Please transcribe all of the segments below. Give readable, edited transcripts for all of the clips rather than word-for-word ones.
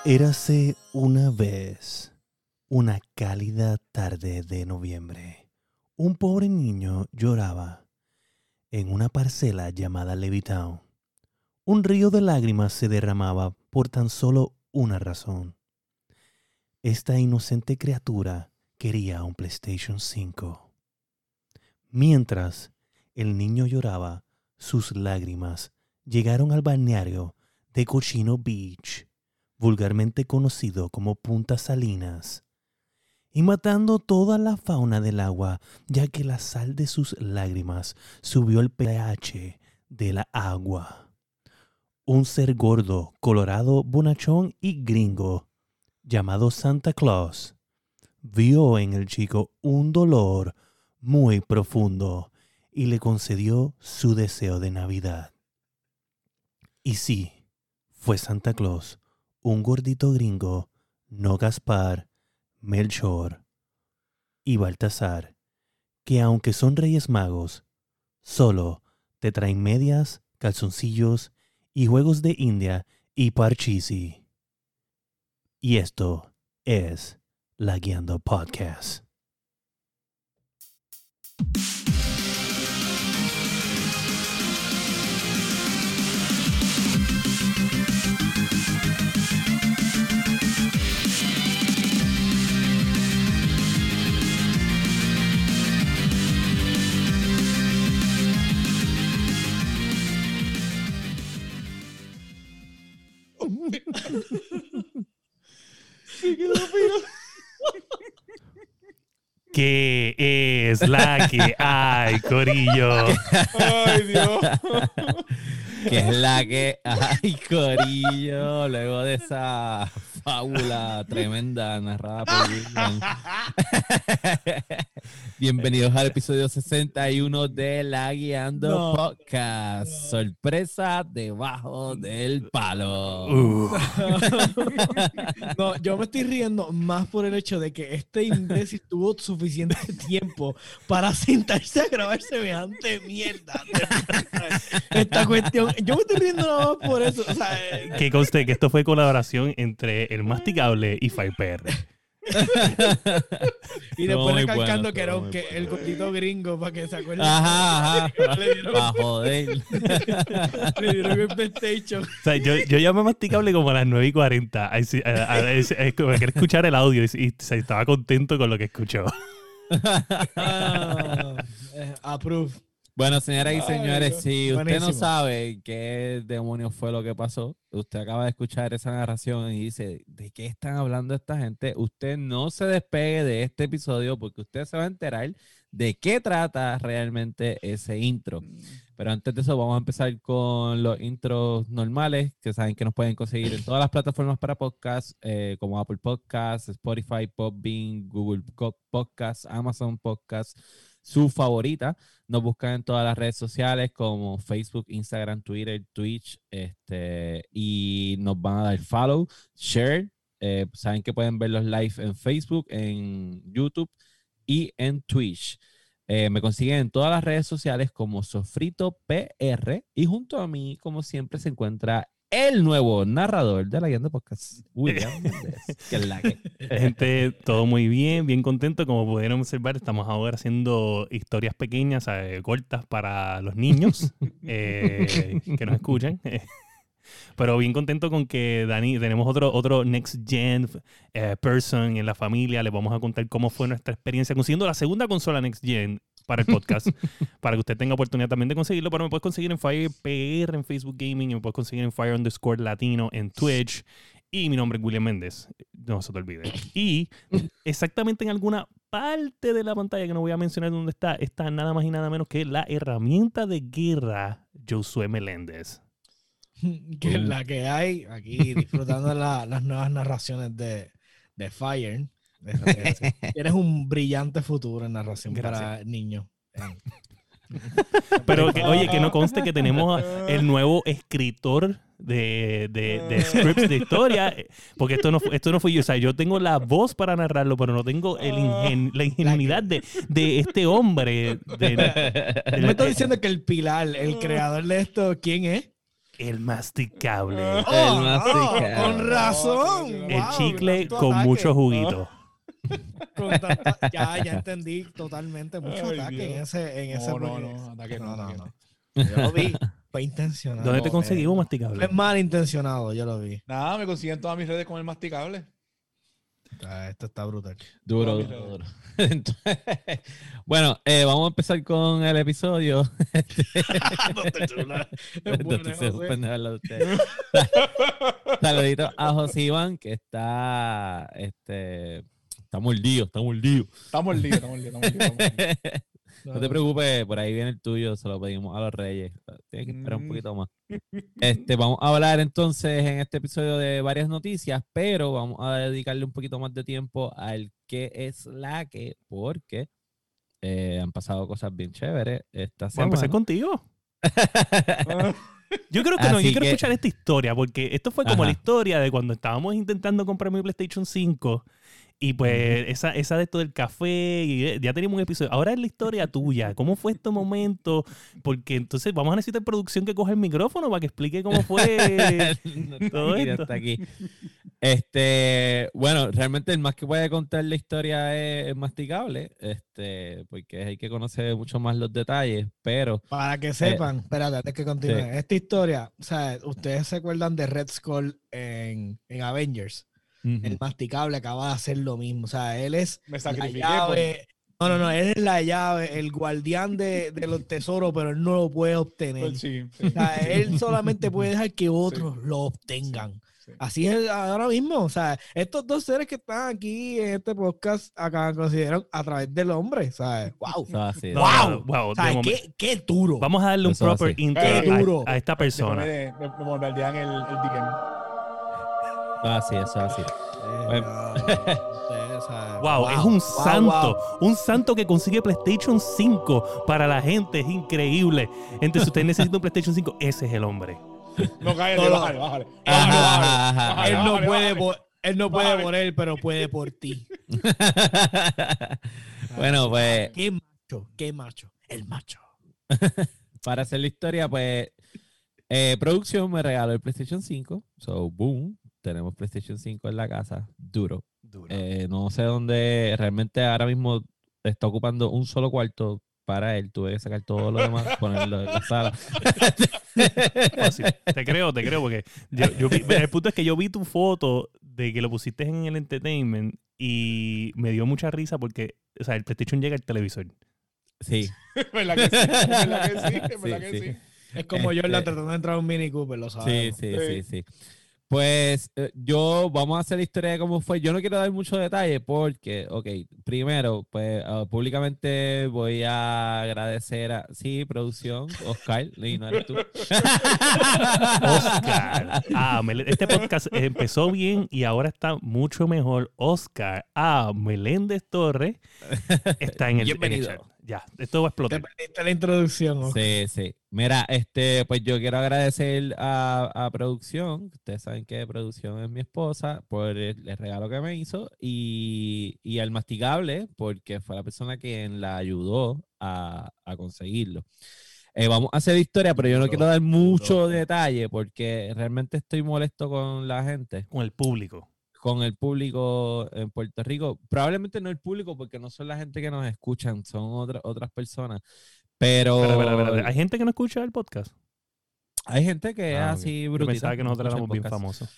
Érase una vez, una cálida tarde de noviembre. Un pobre niño lloraba en una parcela llamada Levittown. Un río de lágrimas se derramaba por tan solo una razón. Esta inocente criatura quería un PlayStation 5. Mientras el niño lloraba, sus lágrimas llegaron al balneario de Cochino Beach, vulgarmente conocido como Punta Salinas, y matando toda la fauna del agua, ya que la sal de sus lágrimas subió el pH de la agua. Un ser gordo, colorado, bonachón y gringo, llamado Santa Claus, vio en el chico un dolor muy profundo y le concedió su deseo de Navidad. Y sí, fue Santa Claus, un gordito gringo, no Gaspar, Melchor y Baltasar, que aunque son reyes magos, solo te traen medias, calzoncillos y juegos de India y parchisi. Y esto es La Guiando Podcast. ¿Qué es la que hay, corillo? Ay, Dios. Que es la que hay, corillo, luego de esa fábula tremenda narrada por William. Bienvenidos al episodio 61 de La Guiando Podcast. Sorpresa debajo del palo. No, yo me estoy riendo más por el hecho de que este imbécil tuvo suficiente tiempo para sentarse a grabar semejante mierda. Esta cuestión, yo me estoy riendo nada más por eso. O sea, Que conste que esto fue colaboración entre El Masticable y FirePR. y después Muy recalcando bueno, que era muy bueno. el gordito gringo para que se acuerden. Ajá. Le dieron, Pa' joder. le dieron el PlayStation. O sea, yo llamé a Masticable como a las 9:40. Quería escuchar el audio y se estaba contento con lo que escuchó. Approve. Bueno, señoras y Ay, señores, Dios. si usted Buenísimo. no sabe qué demonios fue lo que pasó, usted acaba de escuchar esa narración y dice, ¿de qué están hablando esta gente? Usted no se despegue de este episodio porque usted se va a enterar de qué trata realmente ese intro. Pero antes de eso vamos a empezar con los intros normales, que saben que nos pueden conseguir en todas las plataformas para podcast, como Apple Podcasts, Spotify, Podbean, Google Podcasts, Amazon Podcasts, su favorita. Nos buscan en todas las redes sociales como Facebook, Instagram, Twitter, Twitch, y nos van a dar follow, share. Saben que pueden ver los live en Facebook, en YouTube y en Twitch. Me consiguen en todas las redes sociales como Sofrito PR y junto a mí, como siempre, se encuentra el nuevo narrador de La Guiando Podcast, William Méndez, que es la que... Gente, todo muy bien, bien contento. Como pudieron observar, estamos ahora haciendo historias pequeñas, cortas para los niños que nos escuchan. Pero bien contento con que Dani, tenemos otro Next Gen person en la familia. Les vamos a contar cómo fue nuestra experiencia consiguiendo la segunda consola Next Gen para el podcast, para que usted tenga oportunidad también de conseguirlo. Pero me puedes conseguir en FirePR en Facebook Gaming, y me puedes conseguir en Fire_Latino en Twitch. Y mi nombre es William Méndez, no se te olvide. Y exactamente en alguna parte de la pantalla, que no voy a mencionar dónde está nada más y nada menos que la herramienta de guerra Josué Meléndez. Que es la que hay aquí disfrutando las nuevas narraciones de Fire. Tienes un brillante futuro en narración. Gracias. Para niños. Pero que no conste que tenemos el nuevo escritor de scripts de historia, porque esto no fui yo. O sea, yo tengo la voz para narrarlo, pero no tengo la ingenuidad de este hombre. Me está diciendo que el pilar, el creador de esto, ¿quién es? El masticable. El masticable. Con razón. El Wow, chicle tanto con ataque. mucho juguito. Ya entendí totalmente. Mucho Ay, ataque Dios. en ese No, proyecto. ataque No, ataque no. Yo lo vi. Fue intencionado. ¿Dónde te conseguimos Fue masticable? malintencionado, yo lo vi. Nada, me consiguen todas mis redes con el masticable. Esto está brutal. Duro, Todas mis duro, redes. duro. Entonces, bueno, vamos a empezar con el episodio. No te chula. Es No bueno, te sé, José. pendejo al lado de ustedes. Saludito a José Iván, que está mordido, está mordido. Estamos al día, estamos al día, estamos al día, estamos al día. No te preocupes, por ahí viene el tuyo, se lo pedimos a los reyes. Tienes que esperar un poquito más. Vamos a hablar entonces en este episodio de varias noticias, pero vamos a dedicarle un poquito más de tiempo al qué es la que, porque han pasado cosas bien chéveres esta Voy a empezar semana. contigo. Yo creo que no, Así yo quiero que- escuchar esta historia, porque esto fue como Ajá. la historia de cuando estábamos intentando comprar mi PlayStation 5 y pues esa de esto del café, y ya teníamos un episodio. Ahora es la historia tuya. ¿Cómo fue este momento? Porque entonces vamos a necesitar producción que coja el micrófono para que explique cómo fue No está todo aquí, esto. está aquí. Bueno, realmente el más que puede contar la historia es masticable, porque hay que conocer mucho más los detalles, pero Para que sepan, espérate, antes que continúe. sí. Esta historia, o sea, ustedes se acuerdan de Red Skull en Avengers. El masticable acaba de hacer lo mismo. O sea, él es Me la sacrifiqué. llave. No, él es la llave, el guardián de los tesoros, pero él no lo puede obtener. Sí, O sea, él solamente puede dejar que otros Sí. lo obtengan. sí. Así es ahora mismo. O sea, estos dos seres que están aquí en este podcast acá consideran a través del hombre. ¿Sabes? ¡Wow! Eso así. No, ¡Wow! wow, O sea, de momento. qué duro. Vamos a darle un Eso proper así. intro Qué duro. a esta persona. Me bombardean el DM. Así, eso así. Wow, es un santo. Un santo que consigue PlayStation 5 para la gente. Es increíble. Entonces, si usted necesita un PlayStation 5, ese es el hombre. No, cállate, No, no. bájale, bájale. Ajá. Él no Bájale, puede, bájale. él no puede Bájale. por él, pero puede por ti. Bueno, pues Qué macho. El macho. para hacer la historia, pues producción me regaló el PlayStation 5. So, boom, tenemos PlayStation 5 en la casa. Duro. No sé dónde, realmente ahora mismo está ocupando un solo cuarto para él. Tuve que sacar todo lo demás, ponerlo en la sala. Fácil. Te creo, porque el punto es que yo vi tu foto de que lo pusiste en el entertainment y me dio mucha risa porque, o sea, el PlayStation llega al televisor. Sí. ¿Verdad que sí? ¿Verdad que sí? ¿Verdad que Sí. sí? Es como Jordan tratando de entrar a un Mini Cooper, lo Sí, sabemos. sí. Pues vamos a hacer la historia de cómo fue. Yo no quiero dar mucho detalle porque, ok, primero, pues públicamente voy a agradecer a, sí, producción, Oscar, y no eres tú. Oscar. Este podcast empezó bien y ahora está mucho mejor. Oscar Meléndez Torres está en el Bienvenido. chat. Ya, esto va a Te explotar. perdiste la introducción, Oscar. Sí. Mira, pues yo quiero agradecer a producción, ustedes saben que producción es mi esposa, por el regalo que me hizo y al masticable, porque fue la persona quien la ayudó a conseguirlo. Vamos a hacer historia, pero yo no quiero dar mucho detalle porque realmente estoy molesto con la gente, Con el público. con el público en Puerto Rico. Probablemente no el público porque no son la gente que nos escuchan, son otras personas. Pero Espera. ¿Hay gente que no escucha el podcast? hay gente que es así Yo brutita. pensaba que nosotros escucha el éramos bien podcast. famosos.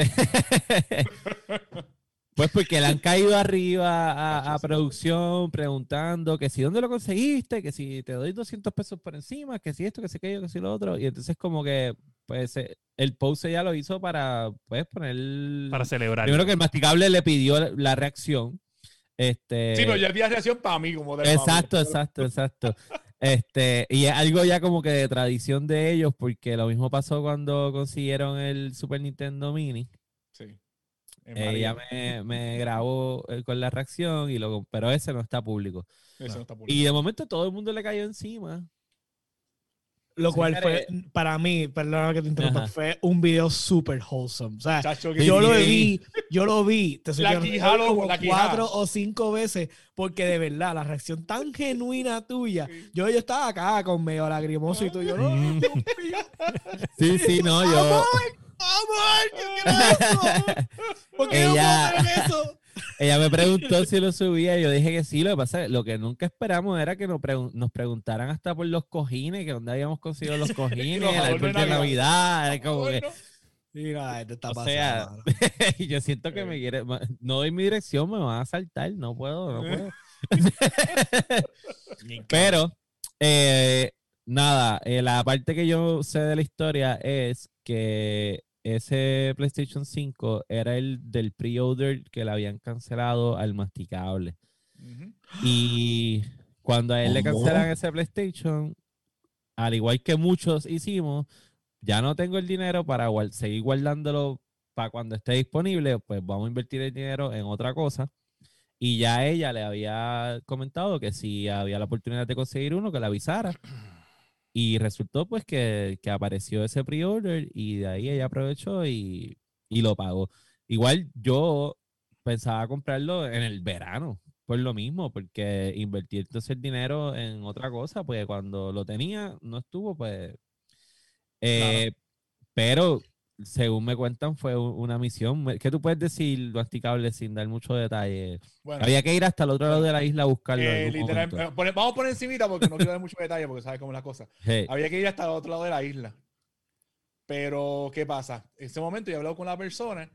Pues porque le han caído arriba a producción preguntando que si dónde lo conseguiste, que si te doy 200 pesos por encima, que si esto, que si aquello, que si lo otro. Y entonces como que pues el post ya lo hizo para pues poner... Para celebrar. Primero que el masticable le pidió la reacción. Sí, pero ya había reacción para mí como de Exacto. Y es algo ya como que de tradición de ellos, porque lo mismo pasó cuando consiguieron el Super Nintendo Mini. Sí. Ella me grabó con la reacción, pero ese no está público. Eso no está público. Y de momento todo el mundo le cayó encima. Lo cual Señores, fue, para mí, perdona que te interrumpa, Ajá. fue un video super wholesome. O sea, Chacho, que yo sí. lo vi, te soy La honesto, quijada, loco, como la quijada. 4 o 5 veces, porque de verdad, la reacción tan genuina tuya, Sí. yo estaba acá con medio lagrimoso y tú, yo, no, Mm. Dios mío, Sí, sí, no, yo. amor, yo quiero eso. ¿Por qué no Ella- puedo ver eso? Ella me preguntó si lo subía y yo dije que sí. Lo que pasa, lo que nunca esperamos era que nos preguntaran hasta por los cojines, que dónde habíamos conseguido los cojines, los el adornos árbol de de Navidad. Navidad. Es como que, Bueno, Mira, esto está o pasando. sea, mano. yo siento que me quiere, no doy mi dirección, me van a saltar, no puedo. Pero, nada, la parte que yo sé de la historia es que ese PlayStation 5 era el del pre-order que le habían cancelado al masticable. ujú. Y cuando a él le ¿Cómo? cancelan ese PlayStation, al igual que muchos hicimos, ya no tengo el dinero para seguir guardándolo para cuando esté disponible, pues vamos a invertir el dinero en otra cosa. Y ya ella le había comentado que si había la oportunidad de conseguir uno, que le avisara. Y resultó pues que apareció ese pre-order y de ahí ella aprovechó y lo pagó. Igual yo pensaba comprarlo en el verano, por lo mismo, porque invertí entonces el dinero en otra cosa, pues cuando lo tenía no estuvo, pues... Claro. Pero según me cuentan fue una misión. ¿Qué tú puedes decir, masticable, sin dar mucho detalle? Bueno, Había que ir hasta el otro lado de la isla a buscarlo en algún literal, momento. vamos a poner encimita porque no quiero dar mucho detalle porque sabes cómo es la cosa. Hey. Había que ir hasta el otro lado de la isla. Pero, ¿qué pasa? En ese momento yo he hablado con la persona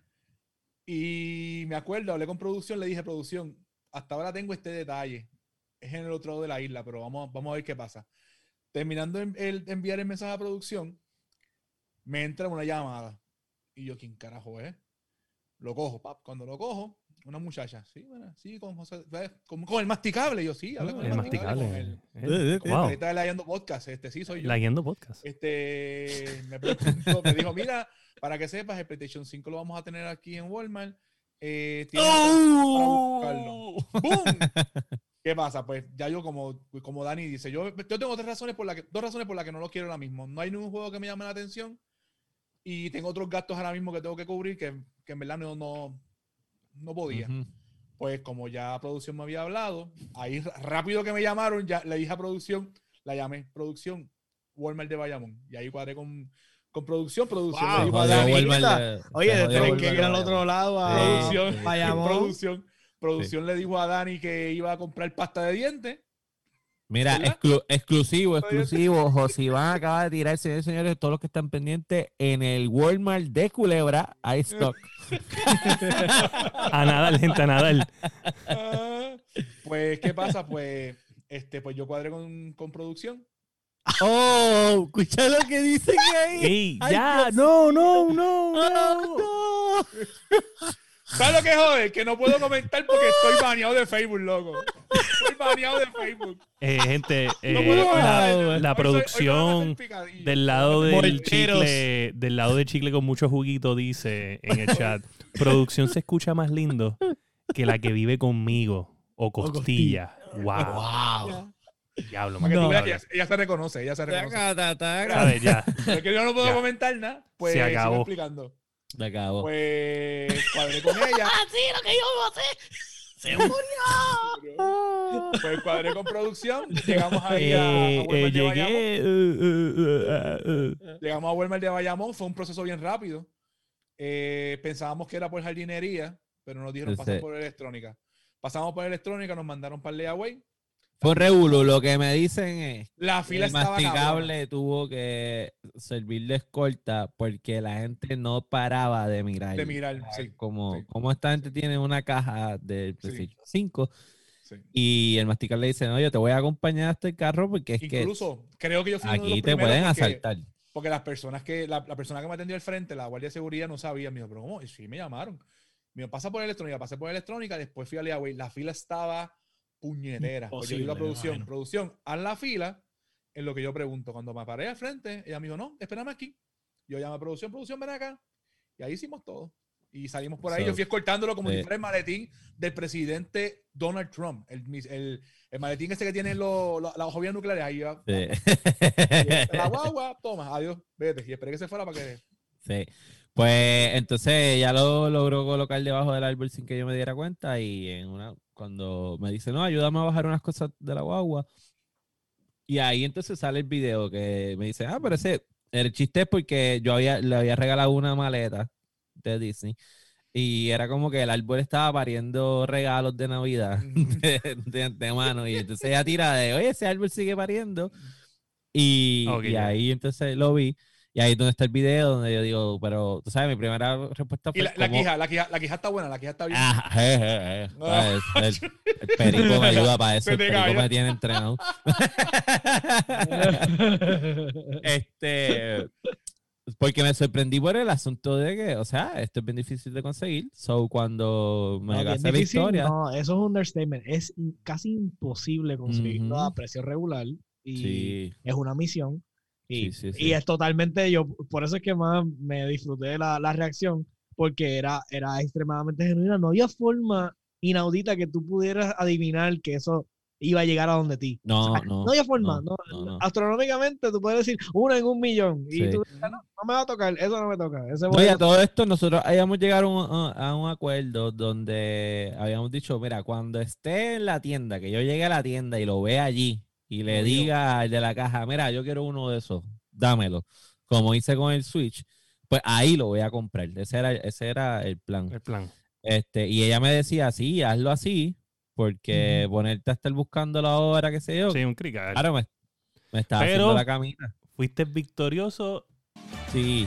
y me acuerdo, hablé con producción, le dije, producción, hasta ahora tengo este detalle. Es en el otro lado de la isla, pero vamos a ver qué pasa. Terminando de enviar el mensaje a producción, me entra una llamada. Y yo, ¿quién carajo es? Lo cojo, pap. Cuando lo cojo, una muchacha, sí, bueno, sí, con José, con el masticable. Yo, sí, hablé con El masticable. con el Wow. ahorita de Layando Podcast, sí soy yo. Layando podcast. Me preguntó, me dijo, mira, para que sepas, el PlayStation 5 lo vamos a tener aquí en Walmart. Tienes para buscarlo. ¡Boom! ¿Qué pasa? Pues ya yo como Dani dice, yo tengo dos razones por las que no lo quiero ahora mismo. No hay ningún juego que me llame la atención y tengo otros gastos ahora mismo que tengo que cubrir que en verdad no podía. Uh-huh. Pues como ya producción me había hablado, ahí rápido que me llamaron, ya le dije a producción, la llamé, producción, Walmart de Bayamón. Y ahí cuadré con producción Wow, le dijo a Jodió Dani, Walmart Oye, se de jodió tener Walmart que ir de al Bayamón. otro lado a producción, Bayamón. producción le dijo a Dani que iba a comprar pasta de dientes. Mira, ¿Verdad? exclusivo. Josiván acaba de tirar, señores y señores, todos los que están pendientes, en el Walmart de Culebra hay stock. A nadar, gente, a nadar. Pues, ¿qué pasa? Pues yo cuadré con producción. ¡Oh! Escucha lo que dicen ahí. ¡Ey! Ay, ¡Ya! Dios. ¡No! ¡No! ¿Sabes lo que jode? Que no puedo comentar porque estoy baneado de Facebook, loco. Estoy baneado de Facebook. Gente, No puedo comentar. la Hoy nada más producción hacer picadillo. del lado del Volteros. chicle, del lado del chicle con mucho juguito dice en el chat, producción se escucha más lindo que la que vive conmigo o costilla. Wow. Diablo, Para que tú man. veas que ella se reconoce, ella se reconoce. A ver, ya. Es que yo no puedo Ya. comentar nada, pues Se acabó. sigo explicando. Me acabo. Pues cuadré con ella. Sí, lo que yo iba a hacer. Se murió. Pues cuadré con producción. Llegamos ahí a Walmart de Bayamón. Llegué. Llegamos a Walmart de Bayamón. Fue un proceso bien rápido. Pensábamos que era por jardinería, pero nos dijeron pasar por electrónica. Pasamos por electrónica, nos mandaron para el layaway. Fue revuelo, lo que me dicen es La fila el estaba cabrona. masticable tuvo que servir de escolta porque la gente no paraba de mirar. De mirar, sí. Como Sí. esta gente tiene una caja del PlayStation 5 Sí. y el masticable le dice, no, yo te voy a acompañar hasta el carro porque es Incluso, creo que yo que fui uno de los aquí te primeros pueden porque- asaltar. Porque las personas la persona que me atendió al frente, la guardia de seguridad, no sabía. Me dijo, pero ¿cómo? Y sí, me llamaron. Me dijo, pasa por electrónica, pasé por electrónica, después fui a Leaway. La fila estaba puñetera. Pues yo digo a Imposible, producción, haz la fila en lo que yo pregunto. Cuando me paré al frente, ella me dijo, no, espérame aquí. Yo llamé a producción, ven acá. Y ahí hicimos todo. Y salimos por ahí. Yo fui escoltándolo como si fuera el maletín del presidente Donald Trump. El maletín ese que tiene las ojos nucleares. Ahí va. La guagua, toma, adiós, vete. Y esperé que se fuera para que... Sí. Pues entonces ella lo logró colocar debajo del árbol sin que yo me diera cuenta. Y cuando me dice, no, ayúdame a bajar unas cosas de la guagua. Y ahí entonces sale el video que me dice, pero el chiste es porque le había regalado una maleta de Disney y era como que el árbol estaba pariendo regalos de Navidad de antemano y entonces ella tira oye, ese árbol sigue pariendo y ahí entonces lo vi y ahí es donde está el video donde yo digo, pero tú sabes, mi primera respuesta fue y la quija está buena, la quija está bien. El perico me ayuda para eso, el perico me tiene entrenado. Porque me sorprendí por el asunto de que, o sea, esto es bien difícil de conseguir. So, cuando me hace la historia... No, eso es un understatement. Es casi imposible conseguirlo a precio regular. Y es una misión. Y es totalmente... Por eso es que más me disfruté de la reacción. Porque era extremadamente genuina. No había forma inaudita que tú pudieras adivinar que eso iba a llegar a donde ti. No había forma. No. Astronómicamente tú puedes decir 1 en 1.000.000 y tú dices, no me va a tocar, eso no me toca. Y a todo esto nosotros habíamos llegado a un acuerdo donde habíamos dicho, mira, cuando esté en la tienda, que yo llegue a la tienda y lo vea allí y le diga al de la caja, mira, yo quiero uno de esos, dámelo, como hice con el Switch, pues ahí lo voy a comprar. Ese era el plan. Y ella me decía, sí, hazlo así, porque ponerte a estar buscándolo ahora, qué sé yo. Sí, un crical. Claro, me estaba haciendo la camita. Fuiste victorioso. Sí.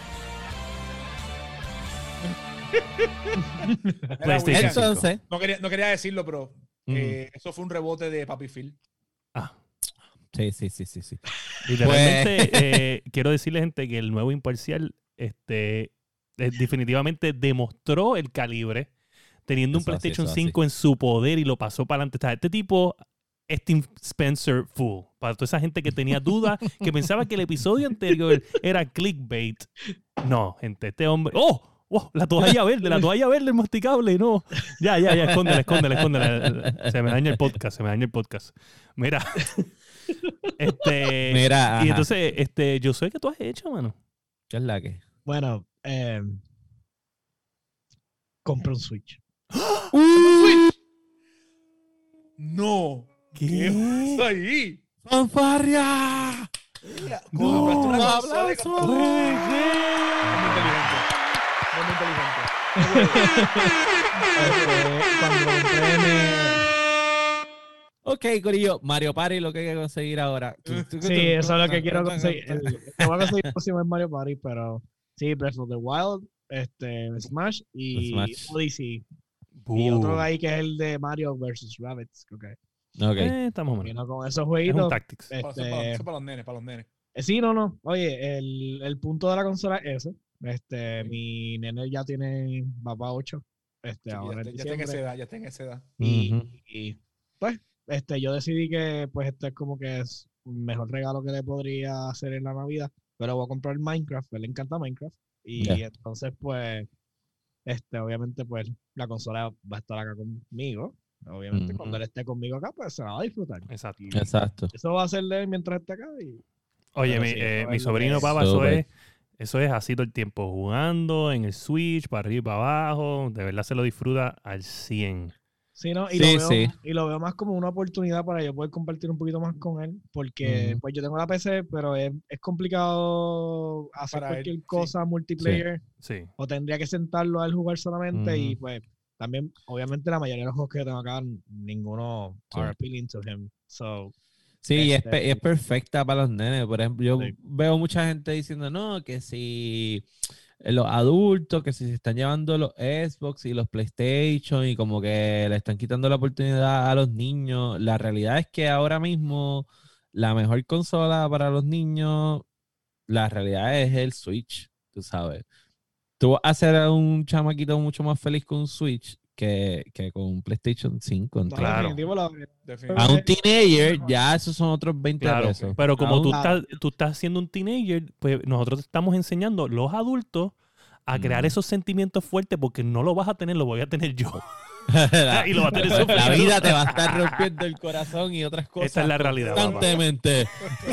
Entonces, no quería decirlo, pero eso fue un rebote de Papi Phil. Sí. Literalmente, quiero decirle, gente, que el nuevo Imparcial definitivamente demostró el calibre teniendo un PlayStation 5 en su poder y lo pasó para adelante. O sea, este tipo es Tim Spencer full. Para toda esa gente que tenía dudas, que pensaba que el episodio anterior era clickbait. No, gente, este hombre... ¡Oh! ¡Oh! La toalla verde, el masticable, no. Ya, escóndela. Se me daña el podcast. Mira. Mira, y entonces, yo sé que tú has hecho, mano. ¿Qué es la que? Bueno, compré un Switch. No. ¿Qué pasó ahí? ¡Fanfarria! Compraste una consola de muy inteligente. Ok, Corillo, Mario Party lo que hay que conseguir ahora. Sí, eso es lo que quiero conseguir. Lo que voy a conseguir próximo es Mario Party, pero sí, Breath of the Wild, Smash y Odyssey. Y otro ahí que es el de Mario vs. Rabbids. Estamos mal. Con esos jueguitos. Es un Tactics. Eso para los nenes. Sí, no. Oye, el punto de la consola es ese. Mi nene ya tiene, va para 8. Ahora ya está en esa edad. Y pues, yo decidí que pues este es como que es el mejor regalo que le podría hacer en la Navidad. Pero voy a comprar Minecraft, a él le encanta Minecraft. Y entonces, pues, obviamente, pues, la consola va a estar acá conmigo. Obviamente, cuando él esté conmigo acá, pues se la va a disfrutar. Exacto. Eso va a hacerle mientras esté acá. Oye, mi sobrino, papá, eso es así todo el tiempo, jugando en el Switch, para arriba y para abajo. De verdad se lo disfruta al 100. Sí, ¿no? Y lo veo más como una oportunidad para yo poder compartir un poquito más con él, porque pues yo tengo la PC, pero es complicado hacer para cualquier cosa multiplayer. Sí. O tendría que sentarlo a él jugar solamente y pues también, obviamente la mayoría de los juegos que yo tengo acá, ninguno are appealing to him. So, sí, es perfecta para los nenes. Por ejemplo, yo veo mucha gente diciendo, no, que si los adultos, que si se están llevando los Xbox y los PlayStation y como que le están quitando la oportunidad a los niños. La realidad es que ahora mismo la mejor consola para los niños, la realidad es el Switch, tú sabes. Tú vas a hacer a un chamaquito mucho más feliz con un Switch que con un PlayStation 5. Claro. A un teenager, ya esos son otros 20 pesos. Pero como tú estás siendo un teenager, pues nosotros te estamos enseñando, los adultos, a crear esos sentimientos fuertes porque no lo vas a tener, lo voy a tener yo. Y lo va a tener La sufriendo. vida te va a estar rompiendo el corazón y otras cosas. Esa es la realidad, papá. Constantemente.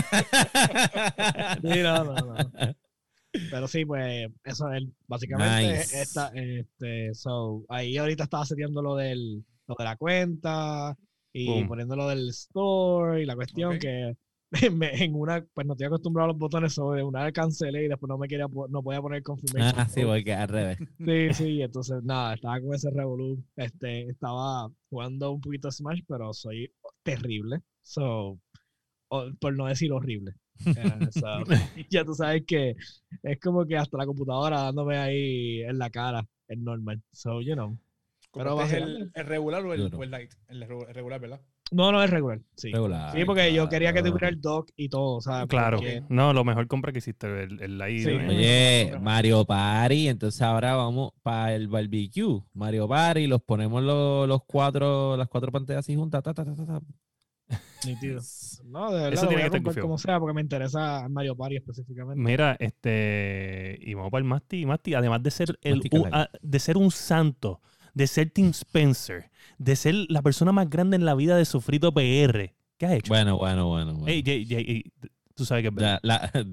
Sí, no. Pero sí, pues, eso es básicamente Nice. ahí ahorita estaba seteando lo de la cuenta y Boom. poniendo lo del store y la cuestión Ok. que en una, pues no estoy acostumbrado a los botones, de una vez cancelé y después no podía poner confirmation. Ah, sí, porque al revés. Sí, entonces nada, estaba con ese revolú. Estaba jugando un poquito de Smash, pero soy terrible. Por no decir horrible. Ya tú sabes que es como que hasta la computadora dándome ahí en la cara es normal. Pero Pero es básicamente- el regular o Duro. el light. El regular, ¿verdad? No, es regular. Sí, Regular, sí porque yo claro. quería que tuviera el dock y todo, ¿sabes? Claro. Porque- No, lo mejor compra que hiciste, el light. Sí. Oye, Mario Party, entonces ahora vamos para el barbecue. Mario Party, los ponemos las cuatro pantallas así juntas. Nítido. No, de verdad, Eso lo tiene voy que a estar comprar confiado. como sea porque me interesa Mario Party específicamente. Mira, y vamos para el Masti, además de ser Masticala. de ser un santo, de ser Tim Spencer, de ser la persona más grande en la vida de Sofrito PR. ¿Qué has hecho? Bueno. Ey, tú sabes que es verdad.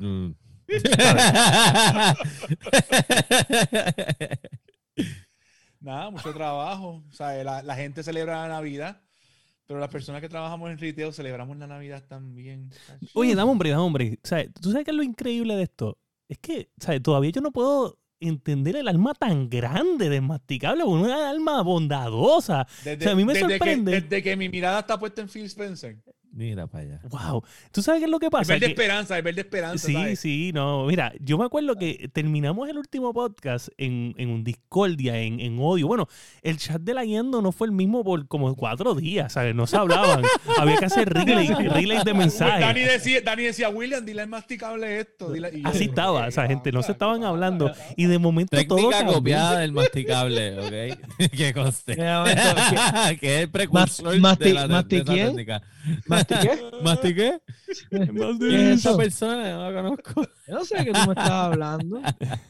Nada, mucho trabajo. O sea, la gente celebra la Navidad, pero las personas que trabajamos en retail celebramos la Navidad también. Oye, dame hombre. O sea, ¿tú sabes qué es lo increíble de esto? Es que, ¿sabes? Todavía yo no puedo entender el alma tan grande de Masticable, una alma bondadosa. O sea, a mí me sorprende. Desde que mi mirada está puesta en Phil Spencer. Mira para allá. Wow. ¿Tú sabes qué es lo que Es pasa? ver de Que- esperanza, es ver de esperanza. Sí, ¿sabes? sí, no. Mira, yo me acuerdo que terminamos el último podcast en un discordia, en odio. Bueno, el chat de la Yendo no fue el mismo por como 4 días, ¿sabes? No se hablaban. Había que hacer relays de mensajes. Dani decía, William, dile al Masticable esto. Y yo, Así estaba, "Ok, o sea, gente, no se estaban ¿qué pasa? hablando. Y de momento todo Técnica cambió. copiada del masticable, ¿ok? Que conste. Mira, momento, Que es el precursor Masti- de esa ¿Masti quién? técnica. ¿Mastiqué? ¿Masti qué? ¿Quién es ¿Quién es esa eso? persona? No la conozco. Yo no sé de qué tú me estás hablando.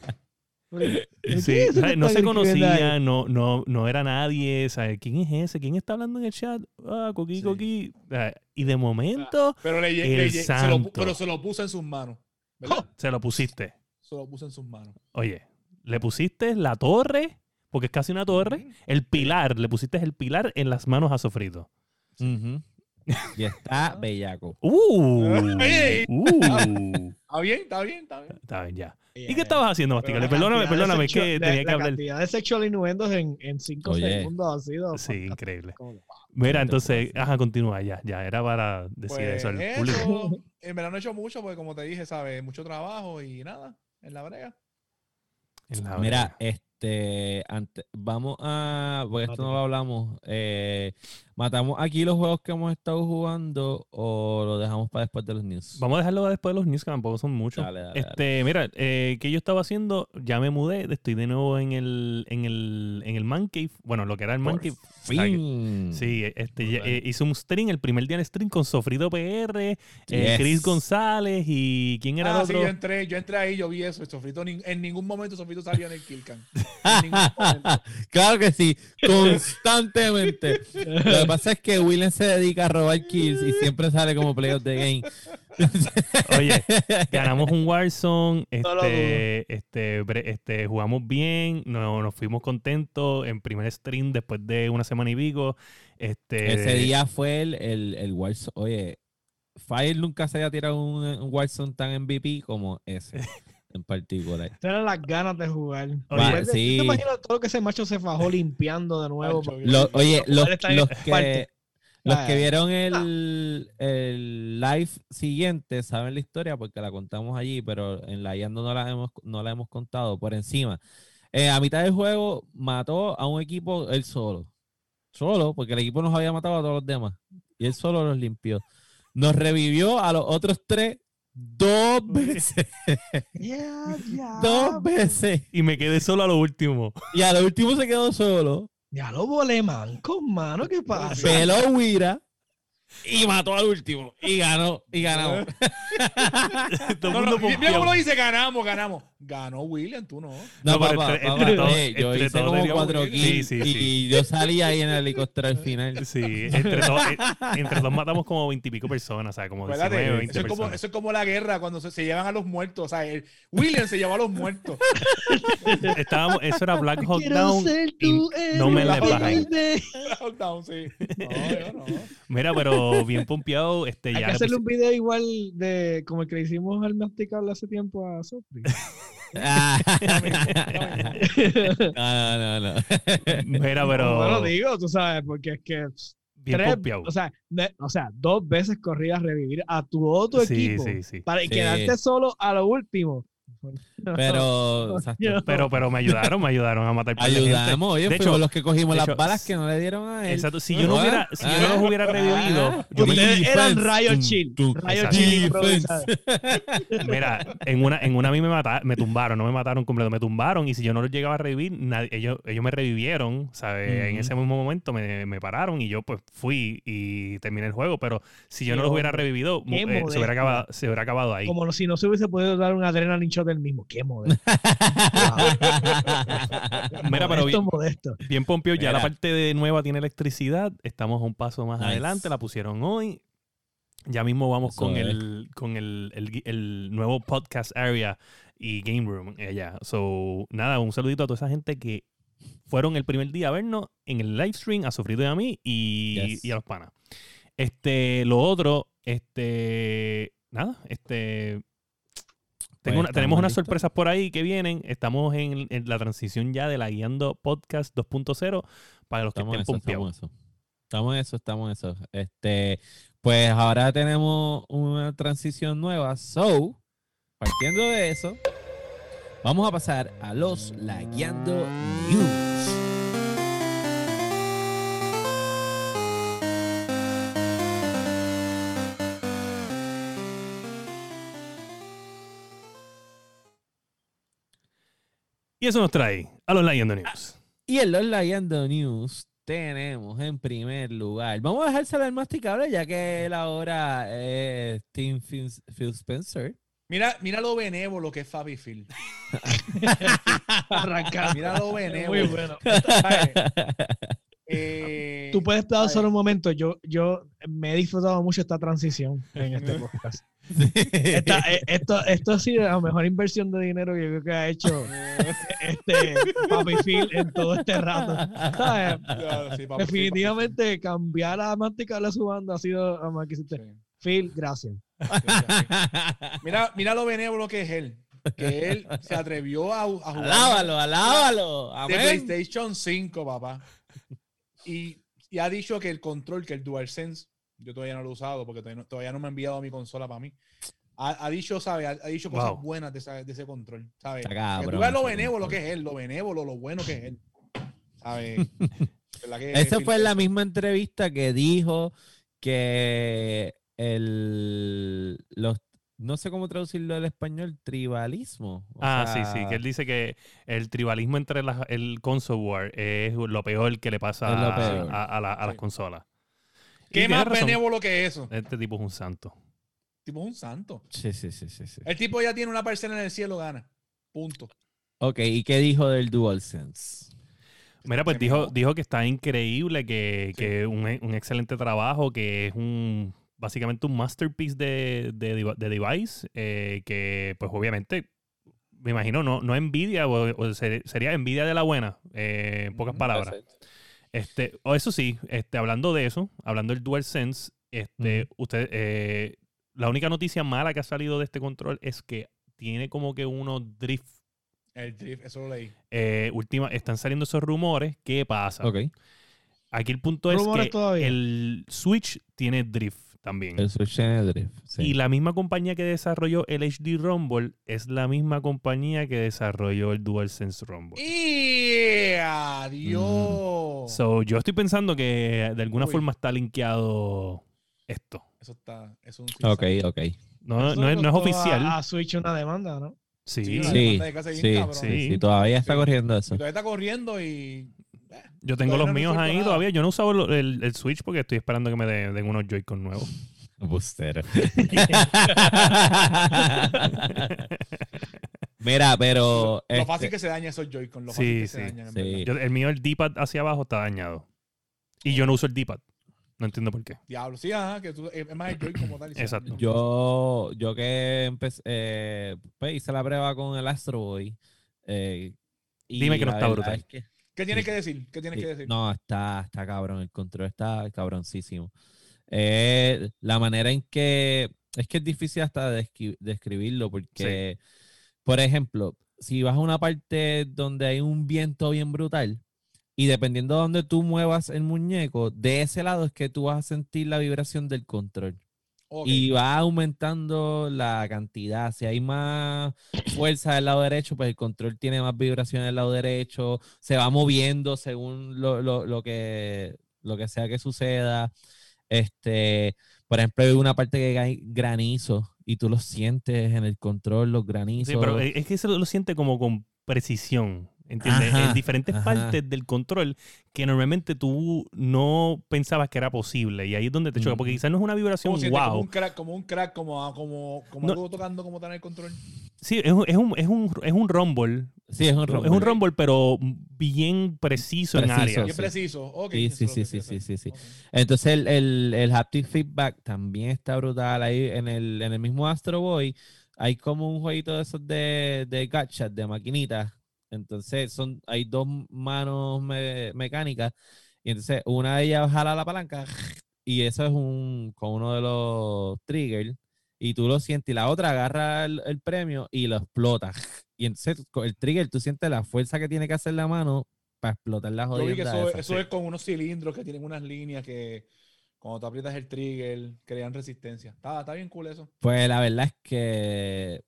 Sí, ¿sabes? No se conocían, no era nadie, ¿sabes? ¿Quién es ese? ¿Quién está hablando en el chat? Ah, Coqui, Sí. Coqui. Y de momento Pero, El santo. pero se lo puso en sus manos. ¿Verdad? se lo pusiste. Se lo puso en sus manos. Oye, le pusiste la torre, porque es casi una torre, el pilar, le pusiste el pilar en las manos a Sofrito. Ujú. Y está bellaco. Ey. Está bien, está bien, está bien. Está bien, ya. ¿Y qué estabas haciendo, Masticable? Pero Perdóname, es que tenía que La hablar. cantidad de sexual innuendos en 5 Oye. segundos ha sido Sí, fantástico. increíble. Como que, wow. Mira, entonces, continúa ya, era para decir Pues eso al público. eso, en verdad no he hecho mucho, porque como te dije, ¿sabes? Mucho trabajo y nada, en la brega. En la Mira, brega. vamos a, porque esto no lo hablamos, ¿matamos aquí los juegos que hemos estado jugando o lo dejamos para después de los news? Vamos a dejarlo después de los news, que tampoco son muchos. Dale. Mira, ¿qué yo estaba haciendo? Ya me mudé, estoy de nuevo en el Man Cave. Bueno, lo que era el Man Cave. Fin. Sí, hice un stream, el primer día del stream con Sofrito PR, Yes. Chris González y ¿quién era el Sí, otro? yo entré ahí, yo vi eso. Sofrito, en ningún momento Sofrito salió en el Killcam. En ningún momento. Claro que sí, constantemente. Lo que pasa es que William se dedica a robar kills y siempre sale como player of the game. Oye, ganamos un Warzone, No lo dudo. jugamos bien, nos fuimos contentos en primer stream después de una semana y pico. Ese día fue el Warzone. Oye, Fire nunca se había tirado un Warzone tan MVP como ese en particular. Estas eran las ganas de jugar. Oye, Después de- sí. ¿Tú te imaginas todo lo que ese macho se fajó limpiando de nuevo? Macho, Oye, los Está en parte. que vieron el live siguiente saben la historia porque la contamos allí, pero en la Yando no la hemos contado por encima. A mitad del juego mató a un equipo él solo. Solo, porque el equipo nos había matado a todos los demás. Y él solo los limpió. Nos revivió a los otros 3 2 veces. Ya. 2 veces. Y me quedé solo a lo último. Y a lo último se quedó solo. Ya lo volé, man. Con mano, ¿qué pasa? Peló Wira. y mató al último. Y ganó. Y ganamos. Todo el No, mundo mira pompeado. cómo lo dice, ganamos. Ganó William, tú no. No, pero papá, entre papá, todos- yo entre hice todos como teníamos- 4 Sí, kills sí, y sí. yo salí ahí en el helicóptero al final. Sí, entre dos matamos como 20 y pico personas, o sea, como 19, Acuérdate, 20 personas. eso es como la guerra cuando se llevan a los muertos. O sea, William se llevó a los muertos. Eso era Black Hawk Quiero Down ser y tu no me héroe. le bajan. Lockdown, sí. No, yo no. Mira, pero bien pompeado, Hay ya que le hacerle puse- un video igual de como el que le hicimos al masticable hace tiempo a Sofri. Ah. No. Mira, pero Bueno, digo, tú sabes, porque es que bien pompeado. o sea, 2 veces corridas revivir a todo tu Sí, equipo sí. para Sí. quedarte solo a lo último. Pero, exacto. Pero me ayudaron a matar par de gente. Ayudamos, oye, De fuimos hecho- los que cogimos de las hecho, balas que no le dieron a él. Exacto. Si yo no los hubiera revivido, yo me- Ustedes eran Rayo Tum, Chill. tum. Rayo Exacto. Chill Defense. improvisado. mira, en una a mí me tumbaron, no me mataron completo, me tumbaron y si yo no los llegaba a revivir, ellos me revivieron, ¿sabes? En ese mismo momento me pararon y yo pues fui y terminé el juego, pero si yo Qué no los hubiera hombre. revivido, Qué se hubiera acabado ahí. Como si no se hubiese podido dar un adrenaline shot del mismo. Qué modesto. Mira, pero Modesto. bien pompeo, ya la Mira. parte de nueva tiene electricidad, estamos un paso más Nice. adelante, la pusieron hoy. Ya mismo vamos Eso con es. el nuevo podcast area y game room allá. So, nada, un saludito a toda esa gente que fueron el primer día a vernos en el live stream, a Sofrito y a mí Yes. y a los panas. Lo otro, nada, tenemos estamos unas listos. sorpresas por ahí que vienen. Estamos en la transición ya de la Guiando Podcast 2.0 para los que estén pompeados. Estamos en eso. Pues ahora tenemos una transición nueva. So, partiendo de eso, vamos a pasar a los Lagueando News. Y eso nos trae a los Guiando News. Y en los Lagueando News tenemos en primer lugar, vamos a dejárselo al masticable ya que él ahora es Team Phil Spencer. Mira lo benévolo que es Fabi Phil. Arrancar. Mira lo Muy benévolo. bueno. ¿Sabes? Tú puedes pausar ¿sabes? un momento. Yo me he disfrutado mucho esta transición en este podcast. Esto ha sido la mejor inversión de dinero que yo creo que ha hecho Papi Phil en todo este rato. ¿Sabes? Claro, sí, papi, Definitivamente cambiar a masticable a su banda ha sido lo más que hiciste. sí, sí. Phil, gracias. Mira lo benévolo que es él. Que él se atrevió a jugar Alábalo. de Amén. PlayStation 5, papá. Y ha dicho que el control, que el DualSense, yo todavía no lo he usado porque todavía no me ha enviado mi consola para mí. Ha dicho, ¿sabes? Ha dicho cosas Wow. buenas de ese control, ¿sabes? Está cabrón, Que tú veas lo ese benévolo control. que es él, lo benévolo, lo bueno que es él. ¿Sabes? ¿Verdad que Esa Phil fue la Spencer? misma entrevista que dijo que no sé cómo traducirlo al español, tribalismo. O Sí, sea, que él dice que el tribalismo entre el console war es lo peor que le pasa Es lo peor. a las Sí. consolas. Y ¿Qué tiene más razón. benévolo que eso? Este tipo es un santo. El tipo es un santo. Sí. El tipo ya tiene una parcela en el cielo, gana. Punto. Ok, ¿y qué dijo del DualSense? Mira, pues Terminó. dijo que está increíble, que Sí. un excelente trabajo, que es básicamente un masterpiece de device, que pues obviamente, me imagino, no envidia, o sería envidia de la buena, en pocas palabras. O eso sí, hablando de eso, hablando del DualSense, la única noticia mala que ha salido de este control es que tiene como que unos drift. El drift, eso lo leí. Están saliendo esos rumores. ¿Qué pasa? Ok, Aquí el punto es Rumores que todavía. el Switch tiene drift también. el Switch tiene drift. Sí. Y la misma compañía que desarrolló el HD Rumble es la misma compañía que desarrolló el DualSense Rumble. ¡Y adiós! So, yo estoy pensando que de alguna Uy. forma está linkeado esto. Eso es un Ok. No, Eso no es costó oficial. A Switch una demanda, ¿no? Sí, Sí, Sí, demanda de casa bien sí, cabrón. sí, todavía está Sí. corriendo Y eso. todavía está corriendo y Yo tengo Todavía los no míos resuelto ahí nada. todavía. Yo no he usado el Switch porque estoy esperando que me den unos Joy-Con nuevos. Bustero. Mira, pero Lo fácil que se daña esos Joy-Con, lo fácil Sí, que se sí, dañan, en sí. verdad. El mío, el D-pad hacia abajo está dañado. Y yo no uso el D-pad. No entiendo por qué. Diablo, sí, ajá, que es más el Joy como tal. y se Exacto. daña. yo que empecé, pues hice la prueba con el Astro Boy. Y Dime que no la está verdad brutal. es que ¿Qué tienes Sí. que decir? ¿Qué tienes sí, que decir? no, está cabrón, el control está cabroncísimo. La manera en que es difícil hasta describirlo porque, por ejemplo, si vas a una parte donde hay un viento bien brutal y dependiendo de donde tú muevas el muñeco, de ese lado es que tú vas a sentir la vibración del control. Ok. Y va aumentando la cantidad. Si hay más fuerza del lado derecho, pues el control tiene más vibración del lado derecho. Se va moviendo según lo que sea que suceda. Por ejemplo, hay una parte que hay granizo y tú lo sientes en el control, los granizos. Sí, pero es que se lo siente como con precisión. ¿Entiendes? Ajá, En diferentes ajá. partes del control que normalmente tú no pensabas que era posible. Y ahí es donde te choca. Porque Ujú. quizás no es una vibración ¿Cómo sientes? wow. Como un crack, como No. algo tocando como tal el control. Sí, es un rumble. Sí, es un Es rumble. un rumble, pero bien preciso en Preciso. área. Bien preciso. Ok. Sí, eso sí, es lo que sí, quería sí, saber. sí. Ok. Entonces el haptic feedback también está brutal. Ahí en el mismo Astro Boy hay como un jueguito de esos de gacha, de maquinitas. Entonces hay dos manos mecánicas y entonces una de ellas jala la palanca y eso es con uno de los triggers y tú lo sientes y la otra agarra el premio y lo explota. Y entonces con el trigger tú sientes la fuerza que tiene que hacer la mano para explotar la Yo vi que jodienda esa. eso es con unos cilindros que tienen unas líneas que cuando te aprietas el trigger crean resistencia. Está bien cool eso. Pues la verdad es que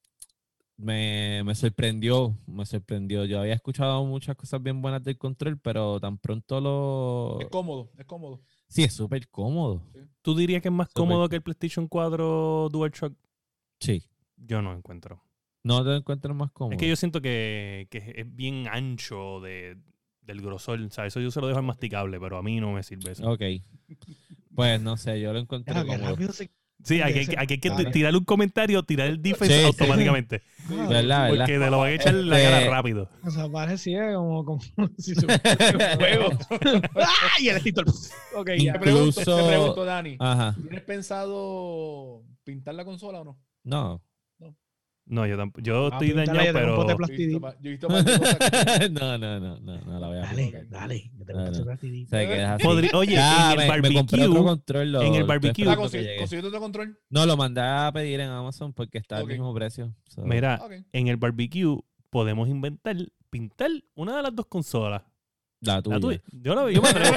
me sorprendió, me sorprendió. Yo había escuchado muchas cosas bien buenas del control, pero tan pronto Es cómodo, es cómodo. Sí, es súper cómodo. Sí. ¿Tú dirías que es más Súper cómodo que el PlayStation 4 DualShock? Sí. Yo no encuentro. ¿No te encuentras más cómodo? Es que yo siento que es bien ancho del grosor. O sea, eso yo se lo dejo al masticable, pero a mí no me sirve eso. Ok. Pues no sé, yo lo encontré Claro, que cómodo. rápido se... Sí, hay que tirarle un comentario, tirar el defense Sí, sí. automáticamente. Ah, ¿Verdad? Porque te lo van a echar en la cara rápido. o sea, parecía como si se fuera un juego. ¡Ah! Y el editor. Ok, ya. Te pregunto, Incluso- Dani. Ajá. ¿Tienes pensado pintar la consola o no? No. No, yo tampoco. Yo Ah, estoy píntala, dañado, yo tengo un pote de pero. plastidito. Yo he visto par de cosas que- no la voy a pintar. Dale. Yo tengo No, un pote no. de O plastidito. sea, que es así. Oye, Ya, en el me compré otro barbecue. control. en el estoy barbecue. esperando Ah, que llegue. ¿consiguió otro control? No, lo mandé a pedir en Amazon porque está al Ok. mismo precio. So, Mira, Ok. en el barbecue podemos pintar una de las dos consolas. la La tuya. tuya. Yo me atrevo.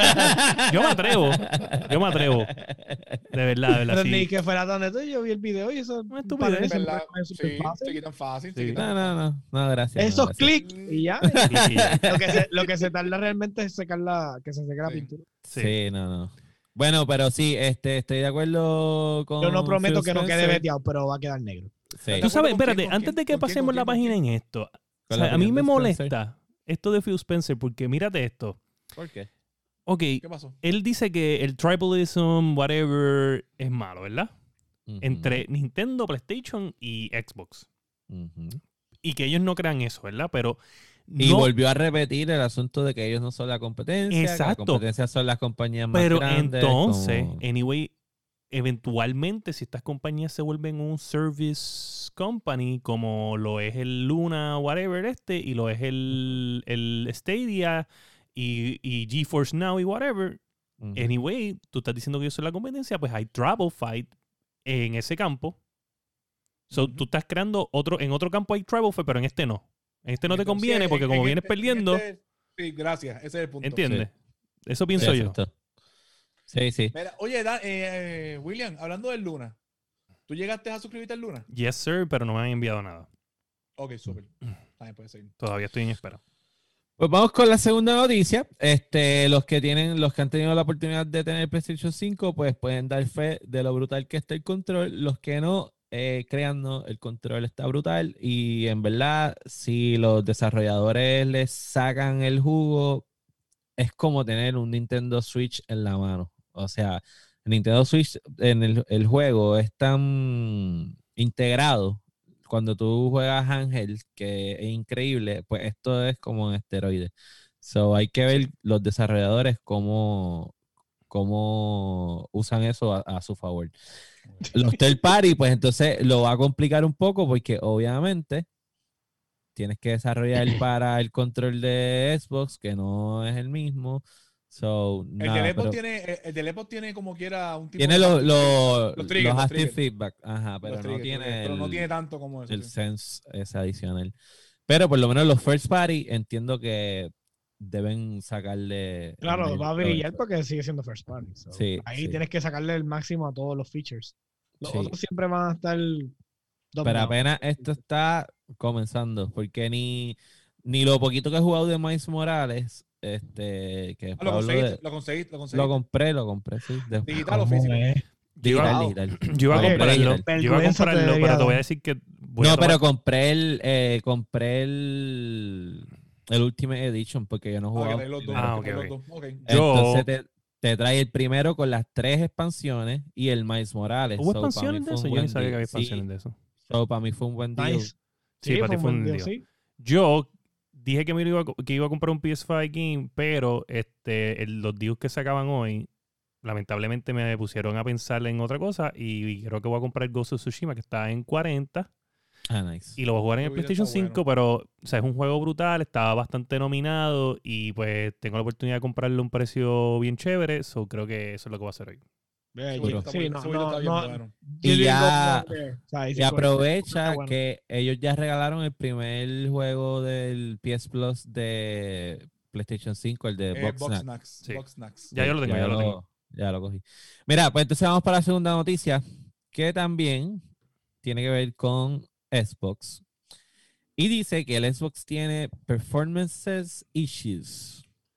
Yo me atrevo. De verdad, Pero sí. ni que fuera tan de yo vi el video y eso. Una estupidez. para mí En siempre verdad, es súper sí, fácil. se quitan fácil. Sí. Se quitan No, gracias. Esos no, gracias. clics y ya. Y ya. Lo que se tarda realmente es secar que se seque la Sí. pintura. Sí, no. Bueno, pero sí, estoy de acuerdo con. Yo no prometo Phil que no quede Spencer. veteado, pero va a quedar negro. Sí. Tú sabes, ¿Con quién? espérate, ¿Con antes quién? de que ¿Con quién? pasemos ¿Con la quién? página en esto, o Con sea, la a mí opinión me de Spencer. molesta esto de Phil Spencer porque mírate esto. ¿Por qué? Ok, ¿Qué pasó? él dice que el tribalism, whatever, es malo, ¿verdad? Ujú, Entre Nintendo, PlayStation y Xbox. ujú. Y que ellos no crean eso, ¿verdad? Pero Y no, volvió a repetir el asunto de que ellos no son la competencia, que la Exacto. competencia son las compañías más pero grandes. entonces, como- anyway, eventualmente si estas compañías se vuelven un service company como lo es el Luna, whatever y lo es el Stadia y GeForce Now y whatever, Ujú. anyway, tú estás diciendo que yo soy la competencia, pues hay trouble fight en ese campo. So, Ujú. tú estás creando en otro campo hay trouble fight, pero en este no. En este no te Entonces, conviene porque como vienes perdiendo, sí, gracias. Ese es el punto. ¿entiendes? Eso Sí, pienso yo. exacto. Sí. Mira, oye, William, hablando del Luna, ¿tú llegaste a suscribirte al Luna? Yes, sir, pero no me han enviado nada. Ok, súper. También puede seguir. Todavía estoy en espera. Pues vamos con la segunda noticia. Los que han tenido la oportunidad de tener PlayStation 5, pues pueden dar fe de lo brutal que está el control. Los que no, créannos, el control está brutal. Y en verdad, si los desarrolladores les sacan el jugo, es como tener un Nintendo Switch en la mano. O sea, el Nintendo Switch en el juego es tan integrado cuando tú juegas Ángel, que es increíble, pues esto es como en esteroides. So, hay que ver los desarrolladores cómo usan eso a su favor. Los third party, pues entonces lo va a complicar un poco porque obviamente tienes que desarrollar para el control de Xbox, que no es el mismo. So, El nada, del Xbox pero tiene como quiera un tipo tiene de los triggers, los active triggers. feedback, ajá, pero Los no triggers, tiene pero no tiene tanto como eso. el Sí. sense ese adicional. Pero por lo menos los first party entiendo que deben sacarle el Claro, mayor va a brillar provecho. porque sigue siendo first party. So, Sí, ahí sí. tienes que sacarle el máximo a todos los features. Los Sí. otros siempre van a estar Pero down. apenas esto está comenzando, porque ni lo poquito que he jugado de Miles Morales, que Ah, ¿lo después hablo de... conseguiste? Lo compré, sí. ¿Digital o ¿Cómo físico? es? Digital, Wow. digital. Yo iba a Oye, comprarlo, vergüenza te debería pero te voy a dar. decir que voy a No, tomar- pero compré el Ultimate Edition porque yo no he Ah, que jugado. trae los dos. Ah, que ok, trae los ok. dos. Ok. Entonces te trae el primero con las 3 expansiones y el Miles Morales. ¿Hubo So, para mí expansiones de fue un eso? Yo buen ni sabía que deal. había Sí, expansiones de eso. so, para mí fue un buen deal. Nice. Sí, para ti fue un deal, deal. sí. Yo dije que que iba a comprar un PS5 game, pero los deals que sacaban hoy, lamentablemente me pusieron a pensar en otra cosa y creo que voy a comprar el Ghost of Tsushima, que está en 40, Ah, nice. y lo voy a jugar en el Ese video PlayStation está bueno. 5, pero o sea, es un juego brutal, estaba bastante nominado y pues tengo la oportunidad de comprarlo a un precio bien chévere, so creo que eso es lo que voy a hacer hoy. Ve, Ese video sí, está bien bueno. Y ya- O sea, Y sí, aprovecha está bueno. que ellos ya regalaron el primer juego del PS Plus de PlayStation 5, el de Box Box Snack. Snacks. Sí. Box Snacks. Ya yo lo tengo, ya lo tengo. Ya lo cogí. Mira, pues entonces vamos para la segunda noticia, que también tiene que ver con Xbox. Y dice que el Xbox tiene performances issues.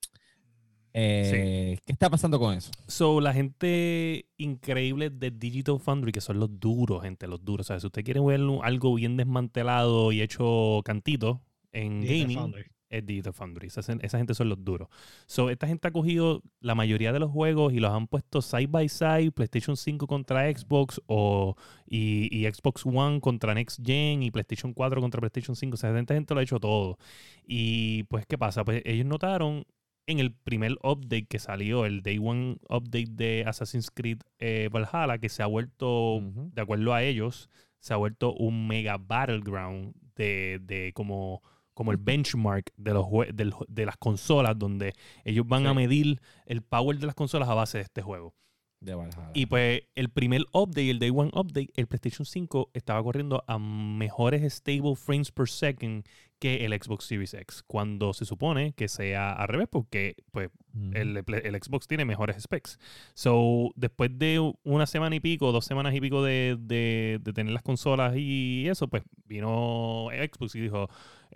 ¿Qué está pasando con eso? So, la gente increíble de Digital Foundry, que son los duros, gente, los duros. O sea, si usted quiere ver algo bien desmantelado y hecho cantito en Digital gaming, Foundry. es Digital Foundry. Esa gente son los duros. So, esta gente ha cogido la mayoría de los juegos y los han puesto side by side, PlayStation 5 contra Xbox y Xbox One contra Next Gen y PlayStation 4 contra PlayStation 5. O sea, esta gente lo ha hecho todo. Y pues, ¿qué pasa? Pues ellos notaron en el primer update que salió, el Day One update de Assassin's Creed Valhalla, que se ha vuelto, de acuerdo a ellos, se ha vuelto un mega battleground de como el benchmark de las consolas, donde ellos van a medir el power de las consolas a base de este juego. De Valhalla. Y pues el primer update, el Day One update, el PlayStation 5 estaba corriendo a mejores stable frames per second que el Xbox Series X, cuando se supone que sea al revés, porque pues el Xbox tiene mejores specs. So, después de una semana y pico, 2 semanas y pico de tener las consolas y eso, pues vino Xbox y dijo,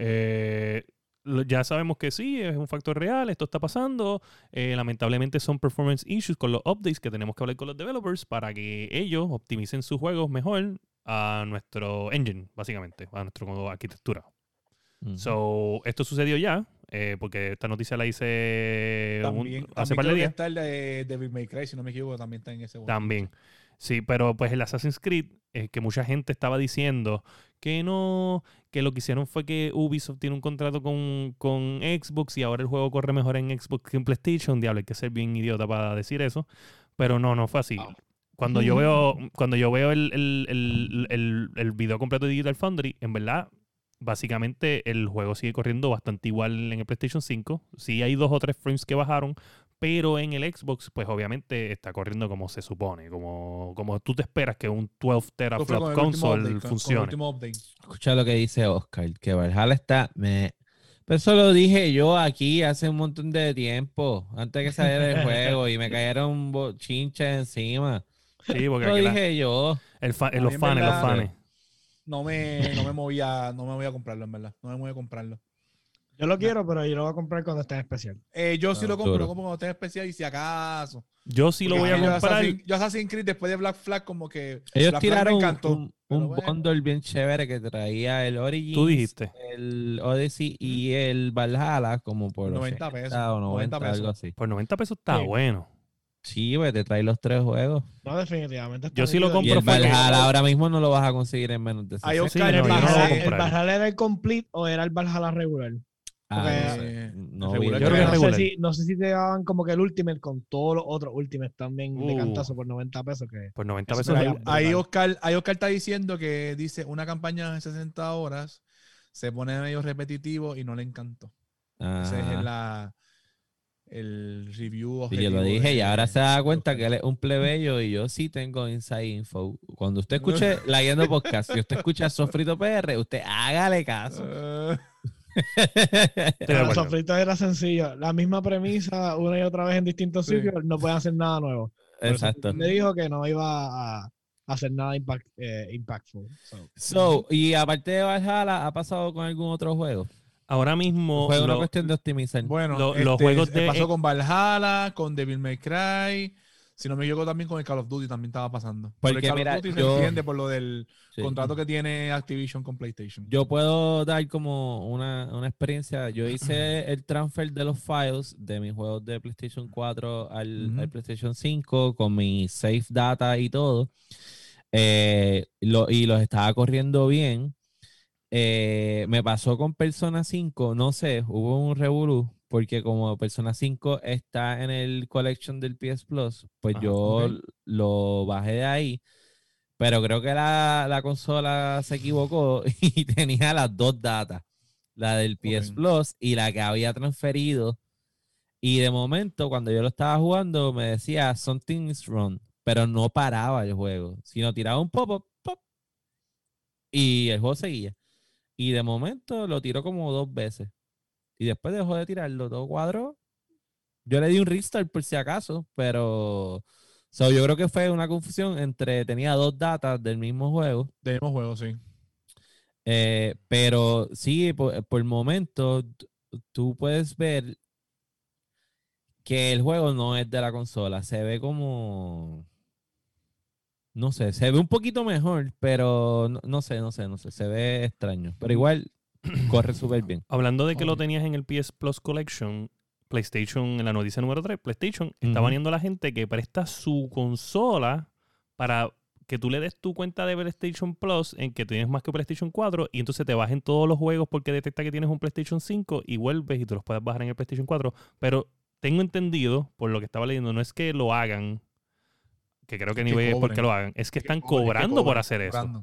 ya sabemos que sí, es un factor real, esto está pasando. Lamentablemente son performance issues con los updates que tenemos que hablar con los developers para que ellos optimicen sus juegos mejor a nuestro engine, básicamente, a nuestra arquitectura. So, esto sucedió ya, porque esta noticia la hice hace par de días. Está el de Devil May Cry, si no me equivoco, también está en ese juego. También. Sí, pero pues el Assassin's Creed, que mucha gente estaba diciendo que no, que lo que hicieron fue que Ubisoft tiene un contrato con Xbox y ahora el juego corre mejor en Xbox que en PlayStation. Diablo, hay que ser bien idiota para decir eso. Pero no fue así. Cuando yo veo el video completo de Digital Foundry, en verdad, básicamente el juego sigue corriendo bastante igual en el PlayStation 5. Sí hay 2 o 3 frames que bajaron, pero en el Xbox, pues obviamente está corriendo como se supone, como tú te esperas que un 12 teraflop console funcione. Escucha lo que dice Oscar, que Valhalla está... Pero eso lo dije yo aquí hace un montón de tiempo, antes que saliera el juego, y me cayeron chinches encima. Sí, porque Lo aquí dije yo. los fans. No me movía a comprarlo, en verdad. No me movía a comprarlo. Yo lo quiero, pero yo lo voy a comprar cuando esté en especial. Yo sí lo compro, duro. lo compro cuando esté en especial y si acaso. Yo sí lo voy Porque a yo comprar. Yo Assassin's Creed después de Black Flag como que Ellos Black Flag tiraron me encantó. un pero bueno. bundle bien chévere que traía el Origins, Tú dijiste. el Odyssey y el Valhalla como por 90 80 pesos, o 90, 90 pesos. algo así. Por 90 pesos está Sí. bueno. Sí, güey, te trae los 3 juegos. No, definitivamente. está Yo sí lo nítido. Y compro el fue que- Valhalla ahora mismo no lo vas a conseguir en menos de 60. Hay Sí, Oscar, no, ¿El yo no lo voy a Valhalla, el comprar. Valhalla era el Complete o era el Valhalla regular? Ah, porque- no sé. No vi regular el Yo creo que es no, Valhalla. sé regular. no sé si te daban como que el Ultimate con todos los otros Ultimates también de Uh. cantazo por 90 pesos. Que Por 90 Eso pesos. me Mira, la- ahí brutal. Oscar está diciendo que dice una campaña de 60 horas se pone medio repetitivo y no le encantó. Ese es el review Y objetivo. yo lo dije y de- ahora se da de cuenta Oscar. que él es un plebeyo y yo sí tengo inside info. Cuando usted escuche la Guiando Podcast, si usted escucha Sofrito PR, usted hágale caso. Estoy de Pero acuerdo. Sofrito era sencillo. La misma premisa una y otra vez en distintos Sí. sitios, no pueden hacer nada nuevo. Por eso Exacto. me dijo que no iba a hacer nada impactful. So, y aparte de Valhalla, ¿ha pasado con algún otro juego? Ahora mismo Fue una lo- cuestión de optimizar. Bueno, Los juegos de- pasó con Valhalla, con Devil May Cry. Si no me equivoco, también con el Call of Duty también estaba pasando. Pero Porque el Call mira, of Duty se yo- entiende por lo del Sí. contrato que tiene Activision con PlayStation. Yo puedo dar como una experiencia. Yo hice el transfer de los files de mis juegos de PlayStation 4 al Ujú. PlayStation 5 con mi save data y todo. Y los estaba corriendo bien. Me pasó con Persona 5, no sé, hubo un revolú, porque como Persona 5 está en el collection del PS Plus, pues Ajá, yo ok. lo bajé de ahí, pero creo que la consola se equivocó y tenía las dos datas, la del PS Ok. Plus y la que había transferido. Y de momento, cuando yo lo estaba jugando, me decía something is wrong, pero no paraba el juego, sino tiraba un pop-up, pop, y el juego seguía. Y de momento lo tiró como 2 veces. Y después dejó de tirarlo, todo cuadro. Yo le di un restart por si acaso, pero yo creo que fue una confusión entre tenía 2 datas del mismo juego. Del mismo juego, sí. Pero sí, por el momento, tú puedes ver que el juego no es de la consola. Se ve como. No sé, se ve un poquito mejor, pero no sé. Se ve extraño. Pero igual corre súper bien. Hablando de que lo Ok. tenías en el PS Plus Collection, PlayStation, en la noticia número 3, PlayStation está Ujú. baneando a la gente que presta su consola para que tú le des tu cuenta de PlayStation Plus en que tienes más que PlayStation 4 y entonces te bajen todos los juegos porque detecta que tienes un PlayStation 5 y vuelves y te los puedes bajar en el PlayStation 4. Pero tengo entendido, por lo que estaba leyendo, no es que lo hagan, que creo que Es ni que ve por qué cobren. lo hagan, es que Es que están cobran, cobrando por cobran, hacer eso. cobrando.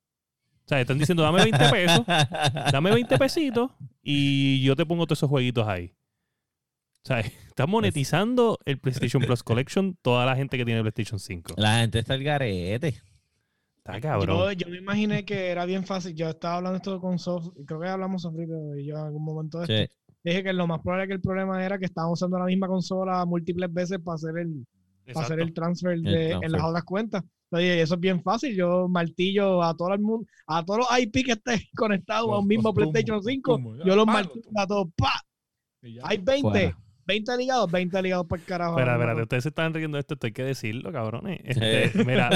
O sea, están diciendo, dame 20 pesos, dame 20 pesitos y yo te pongo todos esos jueguitos ahí. O sea, están monetizando el PlayStation Plus Collection toda la gente que tiene PlayStation 5. La gente está al garete. Está cabrón. Yo me imaginé que era bien fácil. Yo estaba hablando esto con Sof, creo que hablamos Sofrito y yo en algún momento de esto. Sí. Dije que lo más probable que el problema era que estaban usando la misma consola múltiples veces para hacer el transfer en transfer. las otras cuentas. Oye, eso es bien fácil. Yo martillo a todo el mundo, a todos los IP que estén conectados a un mismo Los tumbo, PlayStation los 5, tumbo, ya, yo los palo, martillo a todos. ¡Pa! Y ya. Hay 20. Fuera. 20 ligados por carajo. Espérate, ustedes se están riendo de esto, esto hay que decirlo, cabrones. Sí. Mira,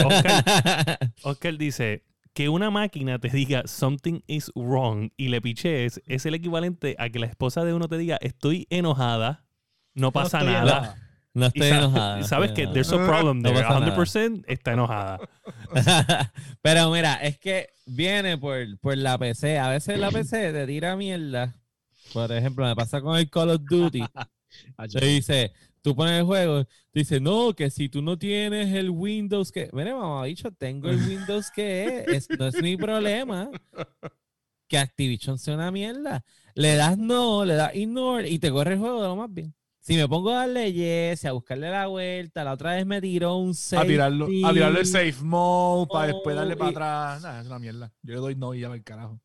Oscar dice que una máquina te diga something is wrong y le pichees es el equivalente a que la esposa de uno te diga estoy enojada, no pasa estoy nada. enojada. No Y estoy enojada. y sabes no que estoy there's a problem No there. pasa nada. 100% está enojada. enojada. Pero mira, es que viene por la PC. A veces la PC te tira mierda. Por ejemplo, me pasa con el Call of Duty. Te dice, tú pones el juego, te dice, no, que si tú no tienes el Windows que... Mire, mamá, dicho, tengo el Windows que no es mi problema. Que Activision sea una mierda. Le das no, le das ignore y te corre el juego de lo más bien. Si me pongo a darle yes, a buscarle la vuelta, la otra vez me tiró un A save. tirarlo el safe mode para después darle para y- atrás. Nah, es una mierda. Yo le doy no y ya va el carajo.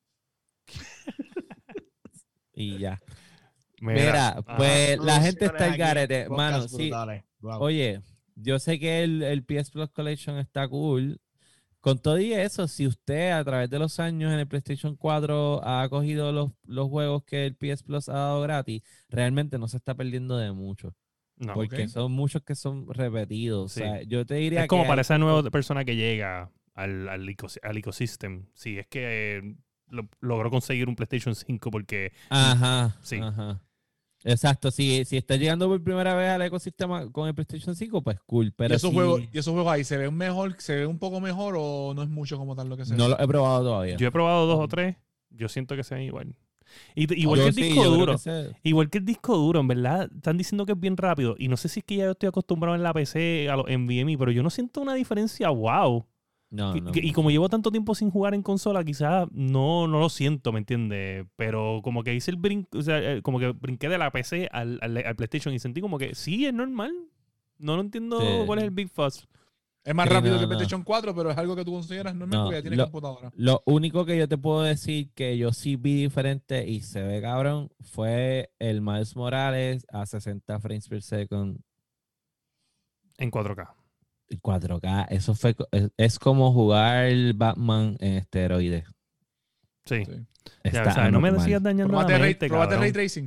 Y ya. Mira, Mira, pues la gente está al Aquí, garete. podcast Mano, sí. brutales. Wow. Oye, yo sé que el PS Plus Collection está cool. con todo y eso, si usted a través de los años en el PlayStation 4 ha cogido los juegos que el PS Plus ha dado gratis, realmente no se está perdiendo de mucho. No. Porque son muchos que son repetidos. Sí. O sea, yo te diría Es como que para hay esa nueva persona que llega al ecosystem. Sí, es que logró conseguir un PlayStation 5 porque... Ajá, Sí. ajá. Exacto, si está llegando por primera vez al ecosistema con el PlayStation 5, pues cool. Pero ¿Y esos si juegos ahí se ven mejor, se ven un poco mejor o no es mucho como tal lo que se no ve? lo he probado todavía. Yo he probado 2 o 3. Yo siento que se ven igual. Igual Yo que el sí, disco yo creo duro. que sé. Igual que el disco duro, en verdad, están diciendo que es bien rápido. Y no sé si es que ya yo estoy acostumbrado en la PC a los NVMe, pero yo no siento una diferencia wow. No, Y como llevo tanto tiempo sin jugar en consola, quizás no lo siento, ¿me entiendes? Pero como que hice el brinco, o sea, como que brinqué de la PC al PlayStation y sentí como que sí, es normal. No entiendo Sí. cuál es el Big Fuss. Es más Sí, rápido no, que el no. PlayStation 4, pero es algo que tú consideras normal No, porque ya tienes computadora. Lo único que yo te puedo decir que yo sí vi diferente y se ve cabrón fue el Miles Morales a 60 frames per second En 4K. 4K. Eso es como jugar Batman en esteroides. Sí. Sí. Ya, Está o sea, no me anormal. sigas dañando la ¿Probaste mente, ray cabrón. tracing?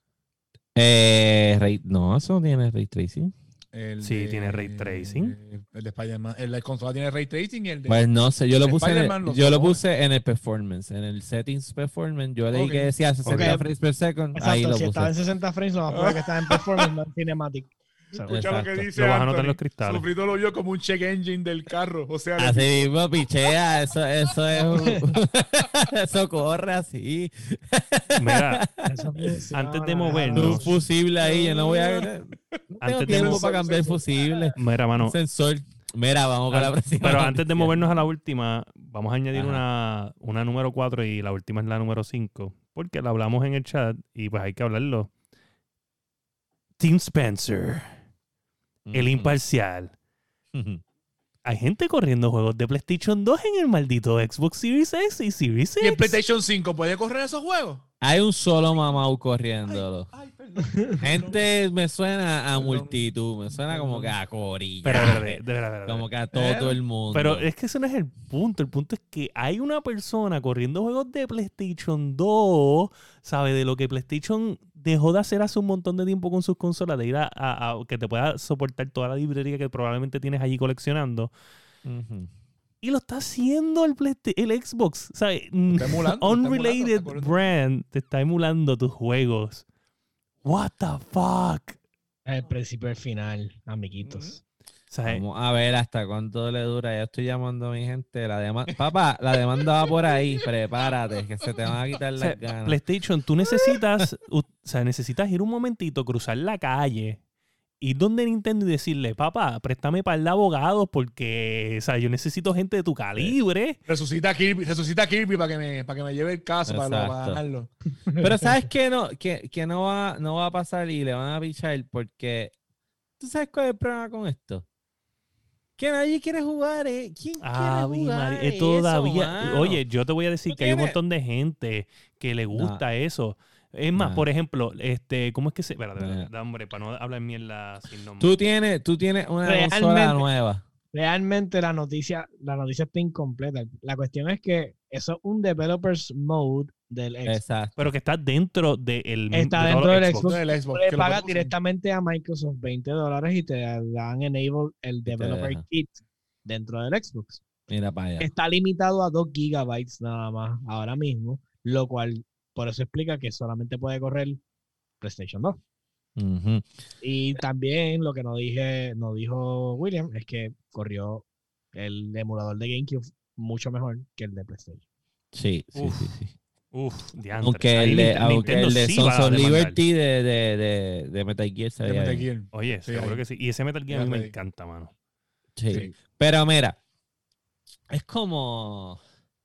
No, eso no tiene ray tracing. Sí, tiene ray tracing. El de Spider-Man. La consola tiene ray tracing y el de... Pues no sé, yo lo el puse Spider-Man lo yo lo sacó. puse en el performance, en el settings performance. Yo leí Ok. que decía 60 Ok. frames per second. Exacto, Ahí lo si puse. estaba en 60 frames, lo más probable es que estaba en performance, no en cinematic. O sea, Escucha lo que Exacto. dice Lo vas a notar en Anthony. los cristales. Sufrito lo vio como un check engine del carro. O sea, Así mismo, pichea, eso es eso corre así. Mira, eso funciona, antes de Un movernos, fusible ahí, yo no voy a. No tengo Antes de tiempo mo- para cambiar fusible. mira, mano. Un sensor. Mira, vamos con la próxima. Pero antes de noticia. movernos a la última, vamos a añadir Ajá. una número 4 y la última es la número 5, porque la hablamos en el chat y pues hay que hablarlo. Tim Spencer, el imparcial. Hay gente corriendo juegos de PlayStation 2 en el maldito Xbox Series X y Series ¿Y el X. PlayStation 5 puede correr esos juegos? Hay un solo mamau corriéndolo. Ay, perdón. Gente, me suena a Perdón. multitud, me suena como que a corilla. Pero, de verdad. Como que a todo el mundo. Pero es que ese no es el punto. El punto es que hay una persona corriendo juegos de PlayStation 2, ¿sabe? De lo que PlayStation dejó de hacer hace un montón de tiempo con sus consolas, de ir a que te pueda soportar toda la librería que probablemente tienes allí coleccionando. Ujú. Y lo está haciendo el Xbox, ¿sabes? Está emulando, Unrelated está corriendo. brand te está emulando tus juegos. What the fuck? el principio y el final, amiguitos. ¿Sabes? Vamos a ver hasta cuánto le dura. Ya estoy llamando a mi gente. Papá, la demanda va por ahí. Prepárate, que se te van a quitar O sea, las ganas. PlayStation, tú necesitas, necesitas ir un momentito, cruzar la calle, ir donde Nintendo y decirle, papá, préstame par de abogados porque, o sea, yo necesito gente de tu calibre. Resucita a Kirby para que me lleve el caso para Exacto. ganarlo. Pero sabes que no va a pasar y le van a pichar porque ¿tú sabes cuál es el problema con esto? Que nadie quiere jugar, ¿eh? ¿Quién quiere jugar eso, Todavía, mano? oye, yo te voy a decir ¿Tú que hay un tienes? montón de gente que le gusta eso. Es más, No. por ejemplo, ¿cómo es que se...? Espérate, No. da, hombre, para no hablar mierda sin nombre. Tú tienes una Realmente- consola nueva. Realmente la noticia está incompleta. La cuestión es que eso es un developers mode del Xbox. Exacto. Pero que está dentro del Está de dentro todos los del Xbox. Xbox. No, el Xbox, Tú que le lo pagas producen. directamente a Microsoft $20 y te dan enable el developer deja. kit dentro del Xbox. Mira para allá. Está limitado a 2 gigabytes nada más ahora mismo, lo cual por eso explica que solamente puede correr PlayStation 2. Ujú. Y también lo que nos dijo William es que corrió el emulador de GameCube mucho mejor que el de PlayStation. Sí, sí, Uf. sí, sí. Diantre. Aunque Ahí el Nintendo de sí Sons va a of demandar. Liberty de Metal Gear se De veía Metal bien. Gear. Oye, Sí, seguro ahí. que sí. Y ese Metal Gear a mí Ya me ready. encanta, mano. Sí. Sí. Pero mira, es como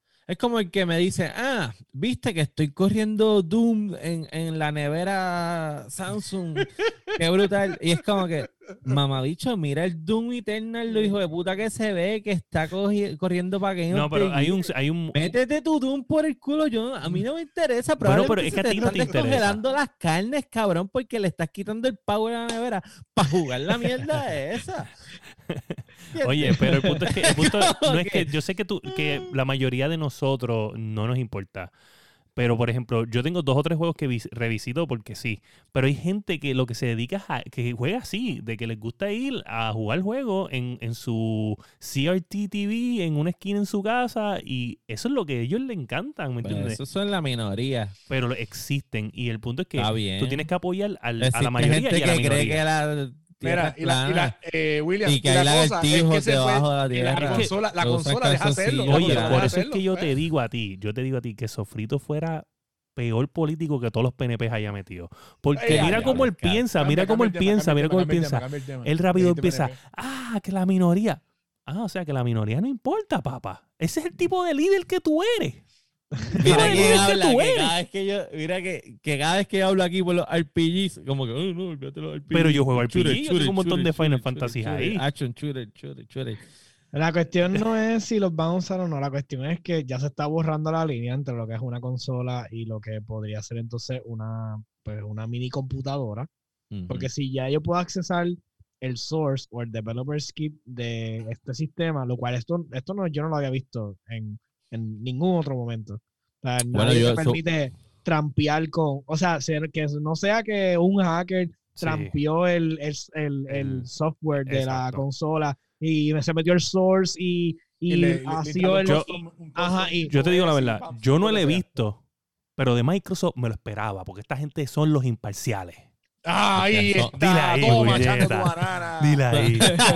el que me dice, viste que estoy corriendo Doom en la nevera Samsung. Qué brutal. Y es como que, mamabicho, mira el Doom Eternal, lo hijo de puta que se ve, que está corriendo para que No, pero hay un Métete tu Doom por el culo, a mí no me interesa. Bueno, pero Probablemente es que a se ti no están te interesa. descongelando las carnes, cabrón, porque le estás quitando el power a la nevera para jugar la mierda esa. Oye, pero el punto es que no es Ok. que yo sé que la mayoría de nosotros no nos importa. Pero, por ejemplo, yo tengo 2 o 3 juegos que revisito porque sí. Pero hay gente que lo que se dedica es que juega así, de que les gusta ir a jugar juegos en su CRT TV, en una esquina en su casa, y eso es lo que a ellos les encantan, ¿me Pues entiendes? eso son la minoría. Pero existen, y el punto es que Está bien. tú tienes que apoyar a Existe la mayoría gente y a la que cree minoría. que la tierra Mira, es plana William, y que y hay la cosa es lagartijos que se debajo puede, de la y tierra. la que usan consola deja hacerlo. calzoncillos Oye, Deja por de eso es que yo pues. te digo a ti que Sofrito fuera peor político que todos los PNP haya metido. Porque Ey, mira ay, cómo él Oscar. piensa, Cambia, mira cómo él cambia el tema, piensa, mira cómo él cambia el tema, piensa. cambia el tema. Él rápido Dijiste empieza, PNP. que la minoría. O sea, que la minoría no importa, papá. Ese es el tipo de líder que tú eres. Mira Ay, quién es que habla, tú que eres. cada vez que yo, mira que cada vez que yo hablo aquí por los RPGs, como que, oh, no, olvídate los RPGs. Pero yo juego Shooter, RPG, yo tengo un montón de shooter, Final shooter, Fantasy shooter, ahí. Action, shooter. La cuestión no es si los van a usar o no, la cuestión es que ya se está borrando la línea entre lo que es una consola y lo que podría ser entonces una mini computadora. Ujú. Porque si ya yo puedo accesar el source o el developer's kit de este sistema, lo cual esto no, yo no lo había visto en ningún otro momento. O sea, Bueno, nadie yo- te permite trampear con, o sea, que no sea que un hacker Sí. trampeó el El- software de la exacto. consola y se metió el source y ha sido el... Ajá, y- Yo te digo la verdad, yo no lo he visto, pero de Microsoft me lo esperaba, porque esta gente son los imparciales. Ahí Dile está, ahí, toma, puñeta. echando tu banana. Dile ahí.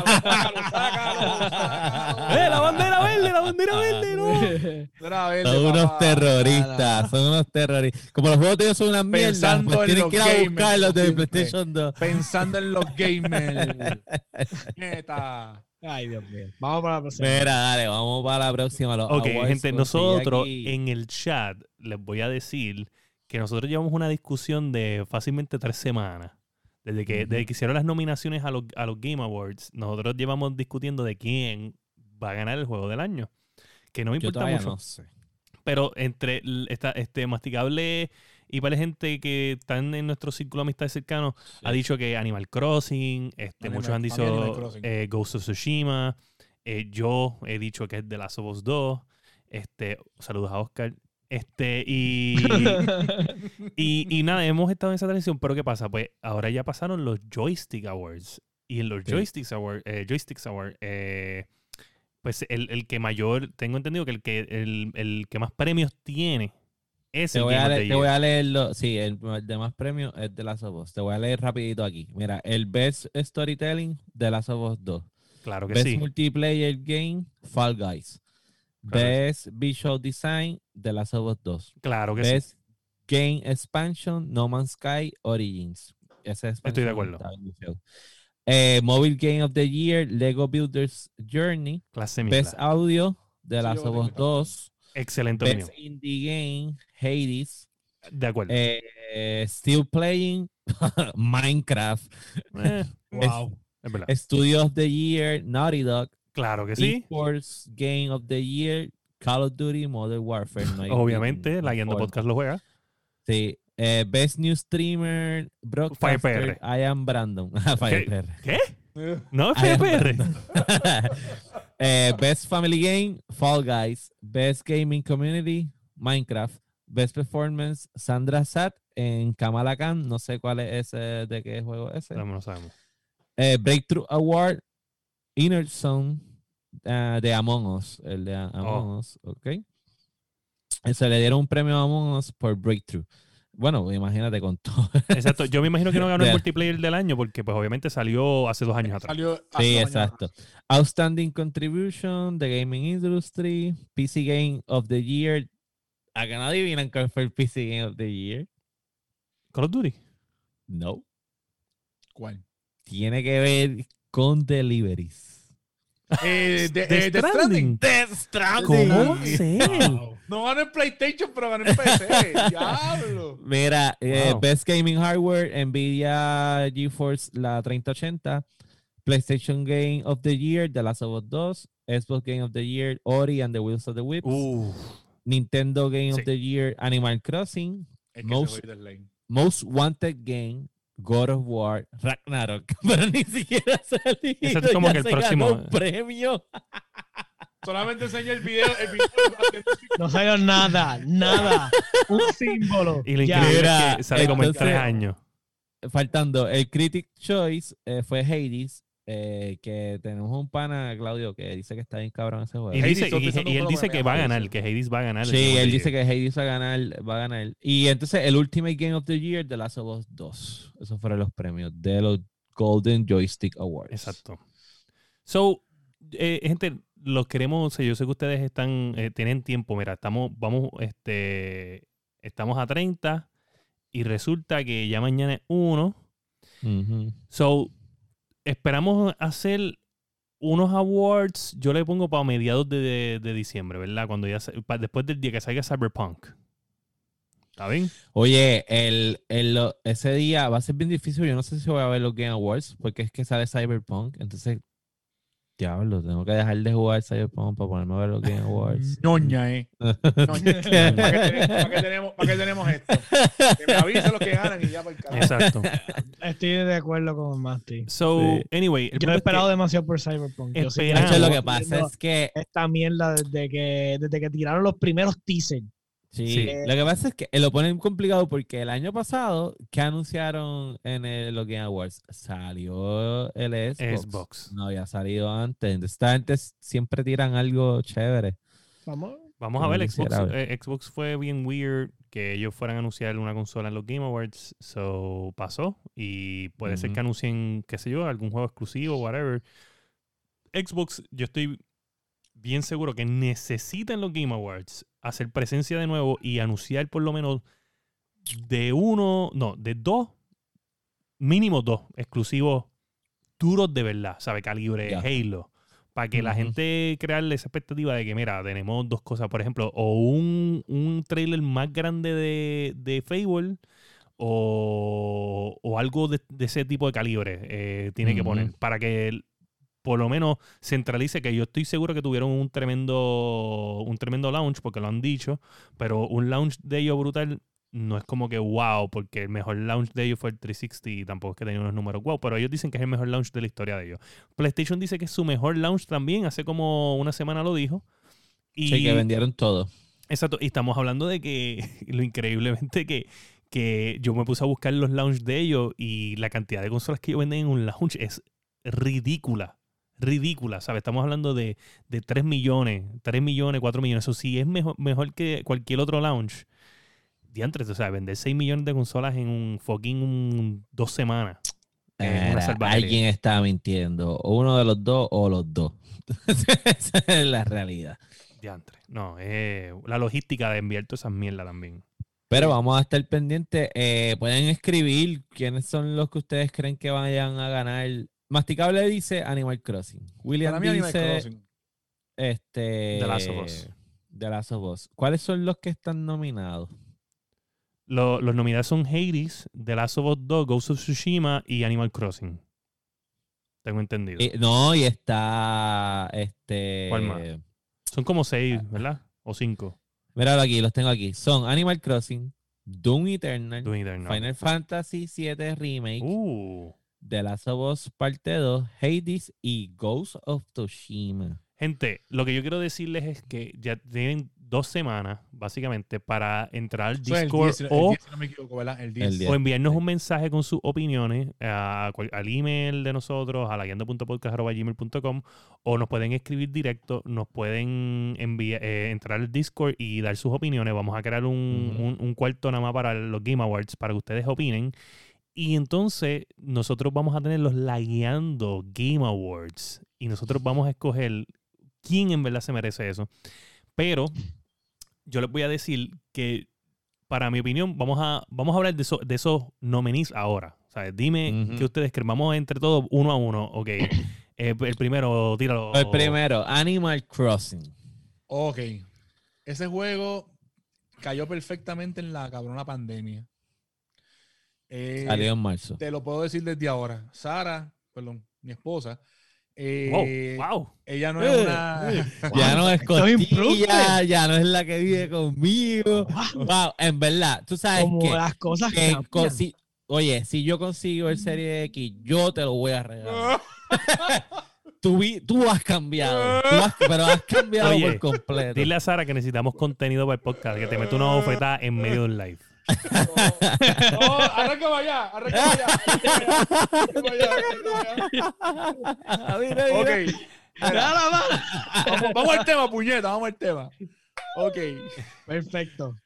Sácalo. La bandera verde, no! Era verde, Son unos papá. terroristas, son unos terroristas. Como los juegos de ellos son unas mierdas, Pensando pues en tienen los que ir a gamers, buscarlos de siempre. PlayStation 2. Pensando en los gamers. Neta. Ay, Dios mío. Vamos para la próxima. Mira, dale, vamos para la próxima. Los Ok, awards, gente, conseguí nosotros aquí- en el chat les voy a decir que nosotros llevamos una discusión de fácilmente 3 semanas. Desde que hicieron las nominaciones a los Game Awards, nosotros llevamos discutiendo de quién va a ganar el juego del año. Que no me Yo importa todavía mucho. no sé. Pero entre Masticable y para la gente que están en nuestro círculo de amistades cercanos, ha dicho que Animal Crossing, muchos han para mí Animal dicho Crossing. Ghost of Tsushima, yo he dicho que es The Last of Us 2, saludos a Oscar, y nada, hemos estado en esa transición, pero ¿qué pasa? Pues ahora ya pasaron los Joystick Awards, y en los Sí. Joysticks Awards, pues el que mayor, tengo entendido que el que más premios tiene es Te el voy, Game a of the leer, te Year. voy a leerlo. Sí, el de más premios es de Last of Us. Te voy a leer rapidito aquí. Mira, el Best Storytelling de Last of Us 2. Claro que Best sí. Multiplayer Game, Fall Guys. Claro. Best Visual Design de Last of Us 2. Claro que sí. Best Game Expansion, No Man's Sky Origins. Esa Estoy de acuerdo. está bien feo. Mobile Game of the Year, Lego Builders Journey. Clase Best mierda. Audio de Sí, Last yo of tengo Us esta 2. Excelente Best opinión. Indie Game, Hades. De acuerdo. Still Playing, Minecraft. Wow. Es verdad. Studio of the Year, Naughty Dog. Claro que sí. Esports Game of the Year, Call of Duty, Modern Warfare. No hay Obviamente, la Guiando forma. Podcast lo juega. Sí. Best New Streamer, Broadcaster, FirePR. I am Brandon. FirePR. ¿Qué? No es I am FPR. Brandon. Best Family Game, Fall Guys. Best Gaming Community, Minecraft. Best Performance, Sandra Sat en Kamala Khan. No sé cuál es ese, de qué juego es ese. No lo sabemos. Breakthrough Award, Inner Zone, de Among Us. El de Among Us, ok. Se le dieron un premio a Among Us por Breakthrough. Bueno, imagínate con todo. Exacto. Yo me imagino que no ganó el De- multiplayer del año porque pues obviamente salió hace 2 años atrás. Salió Sí, hace exacto. Outstanding Contribution, The Gaming Industry, PC Game of the Year. ¿A que no adivinan cuál fue el PC Game of the Year? Call of Duty. No. ¿Cuál? Tiene que ver con deliveries. Death Stranding. Stranding. Death Stranding. ¿Cómo va a ser? Wow. No ganó en PlayStation, pero ganó en PC. Diablo. Mira, Wow. Best Gaming Hardware, Nvidia GeForce la 3080, PlayStation Game of the Year, The Last of Us 2, Xbox Game of the Year, Ori and the Wheels of the Whips, Nintendo Game Sí. of the Year, Animal Crossing, Es que Most- se fue del lane. Most Wanted Game, God of War Ragnarok, pero ni siquiera ha salido. Eso es como ya que el se próximo- ganó un premio. Solamente enseñé el video. No salió nada. Un símbolo. Y lo Ya. increíble Mira, es que sale como en entonces- 3 años. Faltando, el Critic Choice fue Hades, que tenemos un pana, Claudio, que dice que está bien cabrón ese juego. Y, Hades, dice, estoy y pensando él un dice juego que que va a me ganar, parece. que Hades va a ganar. Sí, él dice que Hades va a ganar. Y entonces el Ultimate Game of the Year de Last of Us 2. Esos fueron los premios de los Golden Joystick Awards. Exacto. So, gente, los queremos, o sea, yo sé que ustedes están, tienen tiempo, mira, estamos a 30 y resulta que ya mañana es 1. Ujú. So, esperamos hacer unos awards, yo le pongo para mediados de diciembre, ¿verdad? Cuando ya después del día que salga Cyberpunk. ¿Está bien? Oye, ese día va a ser bien difícil. Yo no sé si voy a ver los Game Awards porque es que sale Cyberpunk. Entonces, diablo, tengo que dejar de jugar Cyberpunk para ponerme a ver los Game Awards. Ñoña, Ñoña. ¿Para qué tenemos esto? Que me avisen los que ganan y ya para el carajo. Exacto. Estoy de acuerdo con Masti. So, Sí. anyway, el Yo punto he es esperado que- demasiado por Cyberpunk. Yo sé que Esperamos. Hacho, lo llevo que pasa viendo es que esta mierda desde que tiraron los primeros teasers. sí, lo que pasa es que lo ponen complicado porque el año pasado, ¿qué anunciaron en los Game Awards? Salió el Xbox. Xbox. No había salido antes. Entonces, esta gente siempre tiran algo chévere. Vamos. Vamos a Como ver, quisiera Xbox fue bien weird que ellos fueran a anunciar una consola en los Game Awards. So, pasó. Y puede ser Ujú. que anuncien, qué sé yo, algún juego exclusivo, whatever. Xbox, yo estoy bien seguro que necesitan los Game Awards hacer presencia de nuevo y anunciar por lo menos de dos, mínimo 2 exclusivos duros de verdad, ¿sabe? Calibre Ya. Halo. Para que la Ujú. gente crearle esa expectativa de que, mira, tenemos 2 cosas, por ejemplo, o un trailer más grande de Fable o algo de ese tipo de calibre tiene que Ujú. poner para que por lo menos centralice, que yo estoy seguro que tuvieron un tremendo launch, porque lo han dicho, pero un launch de ellos brutal no es como que wow, porque el mejor launch de ellos fue el 360 y tampoco es que tenía unos números wow, pero ellos dicen que es el mejor launch de la historia de ellos. PlayStation dice que es su mejor launch también, hace como una semana lo dijo. Y, Sí, que vendieron todo. exacto, y estamos hablando de que lo increíblemente que yo me puse a buscar los launch de ellos y la cantidad de consolas que ellos venden en un launch es ridícula, ¿sabes? Estamos hablando de 3 millones, 4 millones. Eso sí es mejor que cualquier otro launch. Diantres, o sea, vender 6 millones de consolas en un fucking 2 semanas. Es una Era, salvajería. alguien está mintiendo. O uno de los dos o los dos. Esa es la realidad. Diantres. No, la logística de enviar todas esas mierdas también. Pero vamos a estar pendientes. Pueden escribir quiénes son los que ustedes creen que vayan a ganar. Masticable dice Animal Crossing. William Para mí Animal dice Crossing. The Last of Us. The Last of Us. ¿Cuáles son los que están nominados? Los nominados son Hades, The Last of Us 2, Ghost of Tsushima y Animal Crossing. Tengo entendido. No, y está ¿Cuál más? Son como 6, ¿verdad? O 5. Míralo aquí, los tengo aquí. Son Animal Crossing, Doom Eternal, Doom Eternal. Final Fantasy VII Remake, The Last of Us Parte 2, Hades y Ghost of Tsushima. Gente, lo que yo quiero decirles es que ya tienen 2 semanas, básicamente, para entrar al Eso es el Discord 10, o 10, si no me equivoco, ¿verdad? El 10. El 10. o enviarnos Sí. un mensaje con sus opiniones al email de nosotros, a laguiando.podcast@gmail.com, o nos pueden escribir directo, nos pueden entrar al Discord y dar sus opiniones. Vamos a crear un cuarto nada más para los Game Awards, para que ustedes opinen. Y entonces nosotros vamos a tener los Lagueando Game Awards y nosotros vamos a escoger quién en verdad se merece eso. Pero yo les voy a decir que, para mi opinión, vamos a hablar de esos nominees ahora. O sea, dime Ujú. que ustedes que vamos entre todos uno a uno. Ok. El primero, tíralo. El primero, Animal Crossing. Ok. Ese juego cayó perfectamente en la cabrona pandemia. Salió en marzo. Te lo puedo decir desde ahora. Sara, perdón, mi esposa. Wow. Ella no es una. Ya no es Esto es costilla, improvement. ya no es la que vive conmigo. Wow, en verdad, tú sabes Como que, las cosas que cambian. si Oye, si yo consigo el Serie X, yo te lo voy a regalar. Tú has cambiado. Pero has cambiado Oye, por completo. Dile a Sara que necesitamos contenido para el podcast, que te mete una bofetada en medio de un live. No, arranca para allá, arranca para allá. Ok. Vamos al tema, puñeta, vamos al tema. Ok. Perfecto.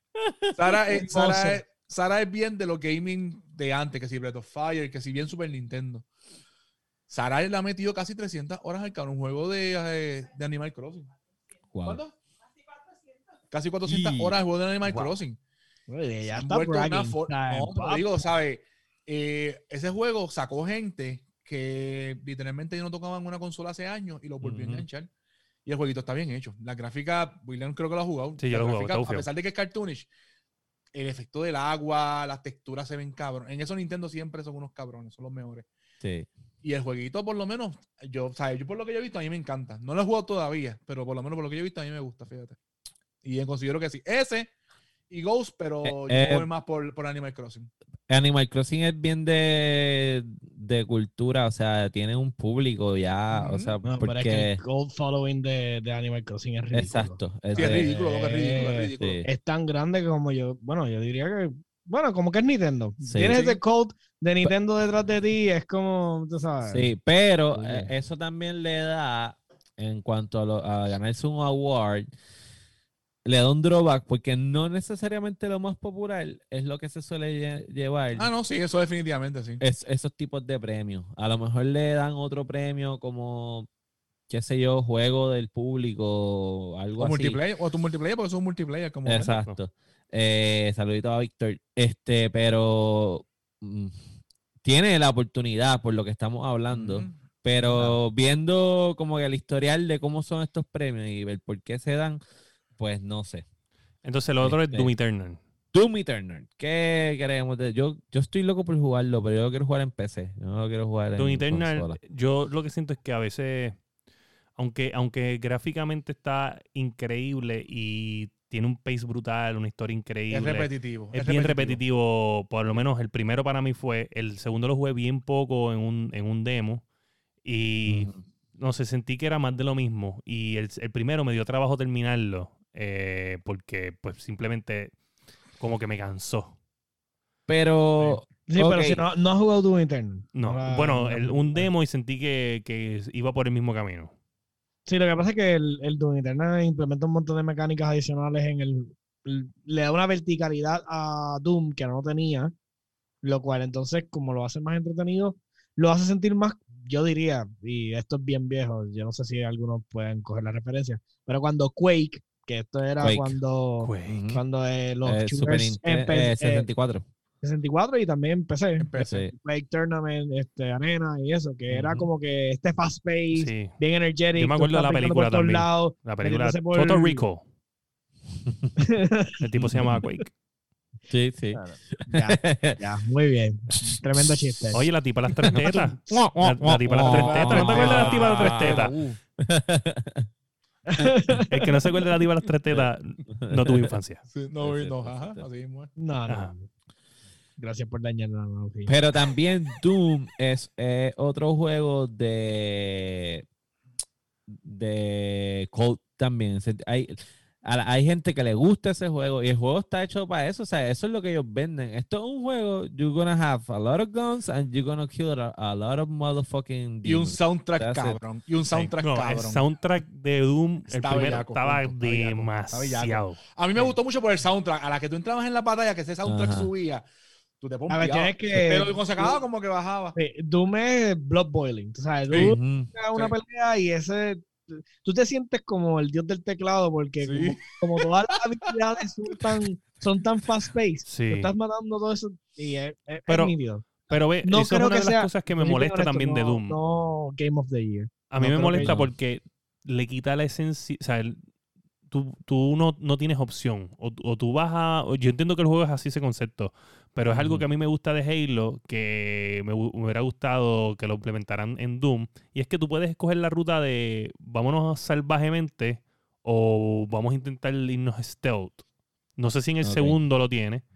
Sara es bien de los gaming de antes, que si Breath of Fire, que si bien Super Nintendo. Sara le ha metido casi 300 horas al cabrón, un juego de Animal Crossing. Wow. ¿Cuánto? Casi 400 horas al juego de Animal Crossing. Oye, ya Se ha está envuelto en una bragging. no, te lo digo, ¿sabes? Ese juego sacó gente que literalmente no tocaban una consola hace años y lo volvió a enganchar. Y el jueguito está bien hecho. La gráfica, William creo que lo ha jugado. Sí, yo lo he jugado. A pesar de que es cartoonish, el efecto del agua, las texturas se ven cabrón. En eso Nintendo siempre son unos cabrones, son los mejores. Sí. Y el jueguito, por lo menos, yo por lo que yo he visto, a mí me encanta. No lo he jugado todavía, pero por lo menos por lo que yo he visto, a mí me gusta, fíjate. Y considero que sí. Ese y Ghost, pero yo voy más por Animal Crossing. Animal Crossing es bien de cultura, o sea, tiene un público ya, o sea, No, porque... pero es que el gold following de Animal Crossing es ridículo. Exacto. Sí, es ridículo, es ridículo. Sí. Es tan grande que como yo diría que, como que es Nintendo. Sí. Tienes ese code de Nintendo detrás de ti, es como, tú sabes. Sí, pero Sí. eso también le da, en cuanto a ganarse un award, le da un drawback porque no necesariamente lo más popular es lo que se suele llevar. Ah, no, sí, eso definitivamente, sí. Esos tipos de premios. A lo mejor le dan otro premio como, qué sé yo, juego del público, algo O así. multiplayer, o tu multiplayer, porque es un multiplayer como Exacto. Saludito a Víctor. Pero tiene la oportunidad por lo que estamos hablando. Pero viendo como que el historial de cómo son estos premios y ver por qué se dan, pues no sé. Entonces lo otro es Doom Eternal. Doom Eternal. ¿Qué queremos? Yo estoy loco por jugarlo, pero yo lo quiero jugar en PC. Yo no lo quiero jugar Doom en Eternal, consola. yo lo que siento es que a veces, aunque gráficamente está increíble y tiene un pace brutal, una historia increíble. Es repetitivo. Es bien repetitivo. Por lo menos el primero para mí fue. El segundo lo jugué bien poco en un demo. Y no sé, sentí que era más de lo mismo. Y el primero me dio trabajo terminarlo. Porque pues simplemente como que me cansó. Pero... Sí, pero si no has jugado Doom Eternal. No, bueno, un demo y sentí que iba por el mismo camino. Sí, lo que pasa es que el Doom Eternal implementa un montón de mecánicas adicionales le da una verticalidad a Doom que no tenía, lo cual entonces, como lo hace más entretenido, lo hace sentir más, yo diría, y esto es bien viejo, yo no sé si algunos pueden coger la referencia, pero cuando Quake, que esto era cuando los Super shooters Nintendo 64. 64 y también PC. Sí. Quake Tournament, Arena y eso, que era como que fast pace, Sí. bien energetic. Yo me acuerdo de la película también. Lados, La película por... Total Recall. El tipo se llamaba Quake. Sí, sí. Ya, muy bien. Tremendo chiste. Oye, la tipa de las tres tetas. La tipa de las tres tetas. ¿No te acuerdas de la tipa de las tres tetas? El que no se acuerda de la tipa de las tres tetas no tuvo infancia. Sí, ajá, así mismo es. No. Gracias por dañar la analogía. Pero también Doom es otro juego de Cold también. Hay gente que le gusta ese juego y el juego está hecho para eso. O sea, eso es lo que ellos venden. Esto es un juego, you're gonna have a lot of guns and you're gonna kill a lot of motherfucking demons. Y un soundtrack cabrón. El soundtrack de Doom, el primero, estaba demasiado. A mí me gustó mucho por el soundtrack. A la que tú entrabas en la batalla, que ese soundtrack subía, tú te ponías. Pero cuando se acababa, como que bajaba. Doom es blood boiling. Tú sabes, Doom es una pelea y tú te sientes como el dios del teclado porque como todas las habilidades son tan fast-paced. Sí. Estás matando todo eso y es nítido. Pero ve, no eso es una de las cosas que me molesta también de Doom. No Game of the Year. A mí me molesta porque le quita la esencia. O sea, tú no tienes opción. O tú vas a... Yo entiendo que el juego es así ese concepto, pero es algo que a mí me gusta de Halo, que me hubiera gustado que lo implementaran en Doom, y es que tú puedes escoger la ruta de vámonos salvajemente o vamos a intentar irnos stealth. No sé si en el segundo lo tiene,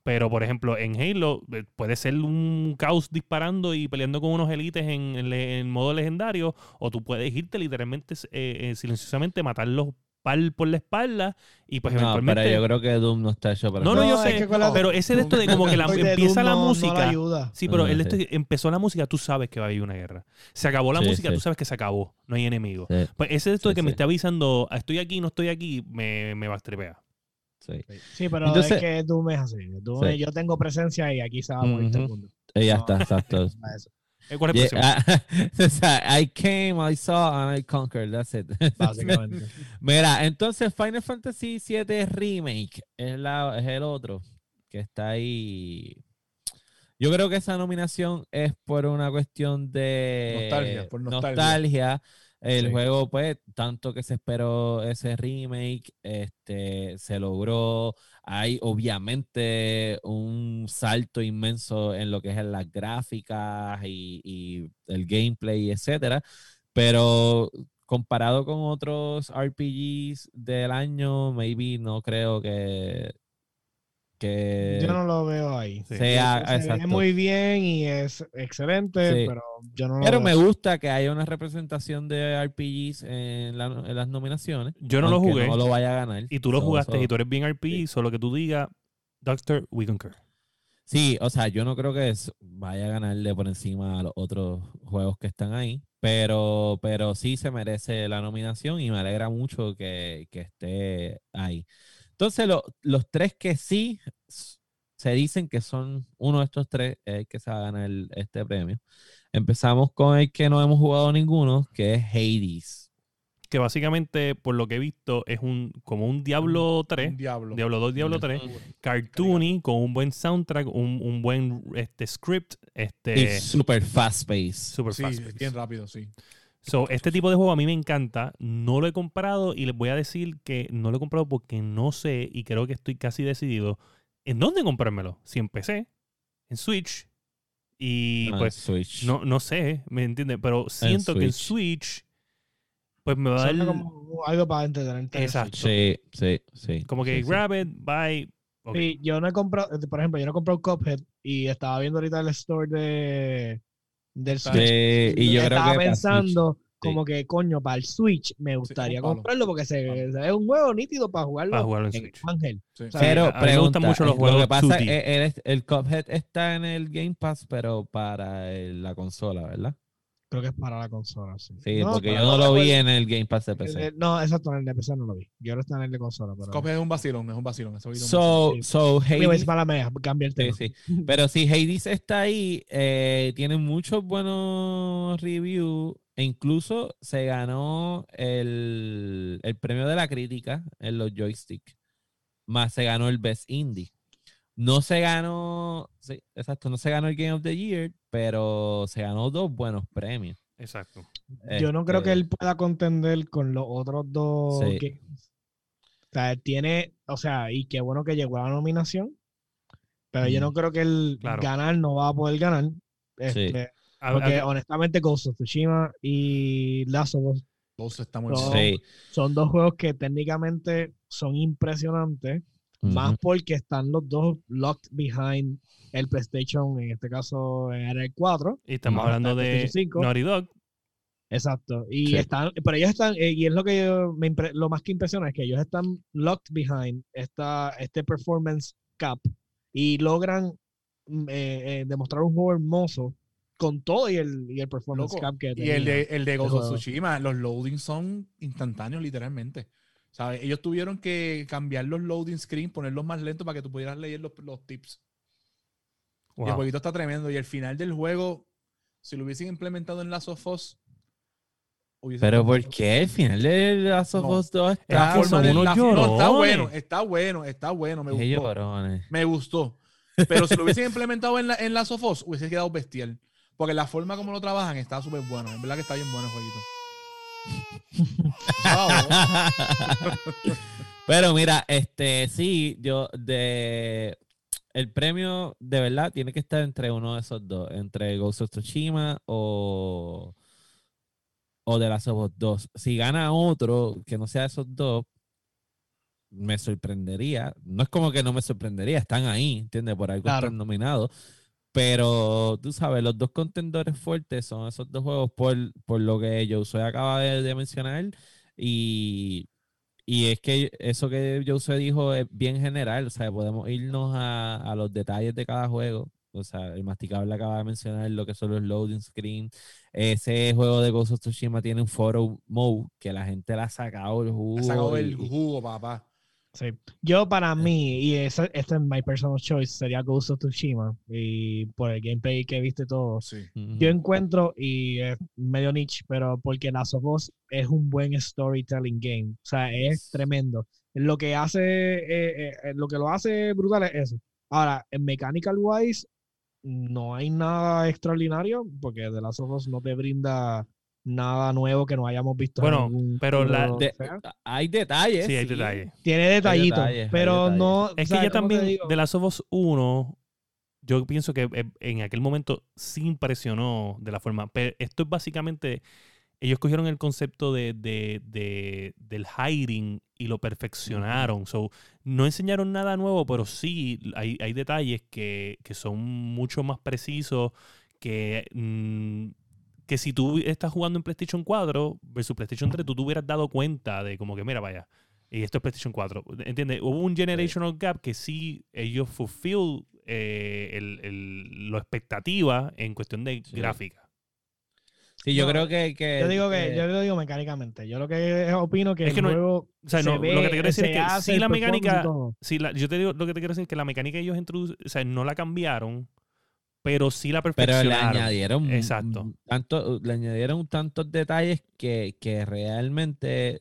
Pero, por ejemplo, en Halo puede ser un caos disparando y peleando con unos élites en modo legendario, o tú puedes irte literalmente silenciosamente, matarlos por la espalda y pues No, eventualmente... pero yo creo que Doom no está hecho para No, eso. yo es sé, que acuérdate, pero ese de esto de como que el de empieza Doom la no le música. ayuda. Sí, pero el de Sí. este empezó la música, tú sabes que va a haber una guerra. Se acabó la Sí, música, sí. tú sabes que se acabó, no hay enemigo. Sí, Pues ese de esto de sí, que me sí. esté avisando, estoy aquí, no estoy aquí, me va a estripear. sí. Sí, pero Entonces- es que Doom es así. Doom Sí. yo tengo presencia y aquí se va a morir todo el mundo. Y ya No, está, exacto. eso, ¿Cuál es el próximo? O sea, I came, I saw, and I conquered. That's it. básicamente. Mira, entonces Final Fantasy VII Remake es el otro que está ahí. Yo creo que esa nominación es por una cuestión de Nostalgia, por nostalgia. nostalgia. El Sí. juego, pues, tanto que se esperó ese remake, se logró. Hay obviamente un salto inmenso en lo que es en las gráficas y el gameplay, etcétera. Pero comparado con otros RPGs del año, maybe no creo que Yo no lo veo ahí. Sí. sea Se ve exacto. muy bien y es excelente, Sí. pero yo no lo Pero veo. me gusta que haya una representación de RPGs en las nominaciones. Yo no lo aunque jugué. No lo vaya a ganar. Y tú lo jugaste y tú eres bien RPG, sí. solo que tú digas, Doctor, we concur. Sí, o sea, yo no creo que vaya a ganarle por encima a los otros juegos que están ahí, pero sí se merece la nominación y me alegra mucho que esté ahí. Entonces, los tres que sí se dicen que son uno de estos tres es el que se va a ganar este premio. Empezamos con el que no hemos jugado ninguno, que es Hades. Que básicamente, por lo que he visto, es como un Diablo 3, Un Diablo. Diablo 2, Diablo 3, cartoony, con un buen soundtrack, un buen script, Y super fast pace. super Sí, fast. bien rápido, sí. So, este tipo de juego a mí me encanta. No lo he comprado y les voy a decir que no lo he comprado porque no sé y creo que estoy casi decidido en dónde comprármelo. Si en PC, en Switch y No, pues Switch. no sé, ¿me entiendes? Pero siento que en Switch pues me va a Suena dar como algo para entretenerte. exacto. Sí. Como que sí. grab it, buy. Ok. Sí, yo no he comprado, por ejemplo, yo no he comprado Cuphead y estaba viendo ahorita el store del Está Switch. Y yo creo estaba que para pensando Switch, como que, coño, para el Switch me gustaría un palo. comprarlo porque se Palo. ve un juego nítido para jugarlo, Para jugarlo en en Switch. Ángel. Sí. O sea, Pero a mí me gustan mucho los lo juegos que pasa 2D. es el Cuphead está en el Game Pass, pero para la consola, ¿verdad? creo que es para la consola, sí. Sí, No, porque pero yo no lo vi recuerdo- en el Game Pass de PC. No, exacto, en el de PC no lo vi. Yo ahora está en el de consola. Pero... Cuphead es un vacilón, es un vacilón. Ese video es un vacilón. So Anyways, Hades, para mea, cambia el sí, tema. sí. Pero si Hades está ahí, tiene muchos buenos reviews e incluso se ganó el premio de la crítica en los joysticks, más se ganó el Best Indie. No se ganó, sí, exacto, no se ganó el Game of the Year, pero se ganó 2 buenos premios. Exacto. Yo no creo que él pueda contender con los otros dos Sí. games. O sea, él tiene, o sea, y qué bueno que llegó a la nominación, pero yo no creo que él Claro. ganar no va a poder ganar. Porque honestamente Ghost of Tsushima y Last of Us Ghost está muy No. bueno. Sí. son dos juegos que técnicamente son impresionantes, más porque están los dos locked behind el PlayStation, en este caso en el 4. Y estamos Ahora hablando está el de PlayStation 5. Naughty Dog. Exacto. Y Sí. pero ellos están, y es lo que lo más que impresiona, es que ellos están locked behind este performance cap y logran demostrar un juego hermoso con todo y el performance Loco, cap que y tenía. el de Ghost of juego. Tsushima, los loadings son instantáneos, literalmente. ¿Sabes? Ellos tuvieron que cambiar los loading screen, ponerlos más lentos para que tú pudieras leer los tips. Y el Wow. jueguito está tremendo. Y el final del juego, si lo hubiesen implementado en Last of Us, hubiese Pero estado- ¿por qué? Al final de Last of No. Us 2 Es está... que son unos no, llorones. está bueno, me Qué gustó. llorones. Me gustó. Pero si lo hubiesen implementado en Last of Us, hubiese quedado bestial. Porque la forma como lo trabajan está súper buena. En verdad que está bien bueno el jueguito. Pero mira, sí, el premio de verdad tiene que estar entre uno de esos dos, entre Ghost of Tsushima o The Last of Us 2. Si gana otro que no sea esos dos, me sorprendería. No es como que no me sorprendería, están ahí, ¿entiendes? Por algo Claro. están nominados. Pero tú sabes, los dos contendores fuertes son esos dos juegos por lo que Josué acaba de mencionar. Y es que eso que Josué dijo es bien general. O sea, podemos irnos a los detalles de cada juego. O sea, el masticable acaba de mencionar lo que son los loading screen. Ese juego de Ghost of Tsushima tiene un photo mode que la gente le ha sacado el jugo. Ha sacado el jugo, papá. Sí. Yo para mí, y este es my personal choice, sería Ghost of Tsushima. Y por el gameplay que viste todo, Sí. yo encuentro, y es medio niche, pero porque Last of Us es un buen storytelling game. O sea, es tremendo. Lo que lo hace brutal es eso. Ahora, en mechanical wise, no hay nada extraordinario, porque The Last of Us no te brinda nada nuevo que no hayamos visto. Bueno, en ningún pero juego De- que sea. hay detalles. Sí, hay detalles. Tiene detallitos, detalles, hay pero detalles. no. Es o sea, que ya ¿cómo te también digo? de Last of Us 1, yo pienso que en aquel momento sí impresionó de la forma. Pero esto es básicamente, ellos cogieron el concepto del hiding y lo perfeccionaron. So, no enseñaron nada nuevo, pero sí hay detalles que son mucho más precisos que si tú estás jugando en PlayStation 4 versus PlayStation 3, tú te hubieras dado cuenta de como que, mira, vaya, y esto es PlayStation 4. ¿Entiendes? Hubo un generational gap que sí ellos fulfill lo expectativa en cuestión de Sí. gráfica. Sí, yo No, creo que yo lo digo mecánicamente. Yo lo que opino que Es que el no- juego O sea, se no, ve, lo que te quiero decir se es que hace si el la performance y mecánica, todo. yo te digo, lo que te quiero decir es que la mecánica que ellos introducen, o sea, no la cambiaron, pero sí la pero perfeccionaron. le añadieron Exacto. le añadieron tantos detalles que realmente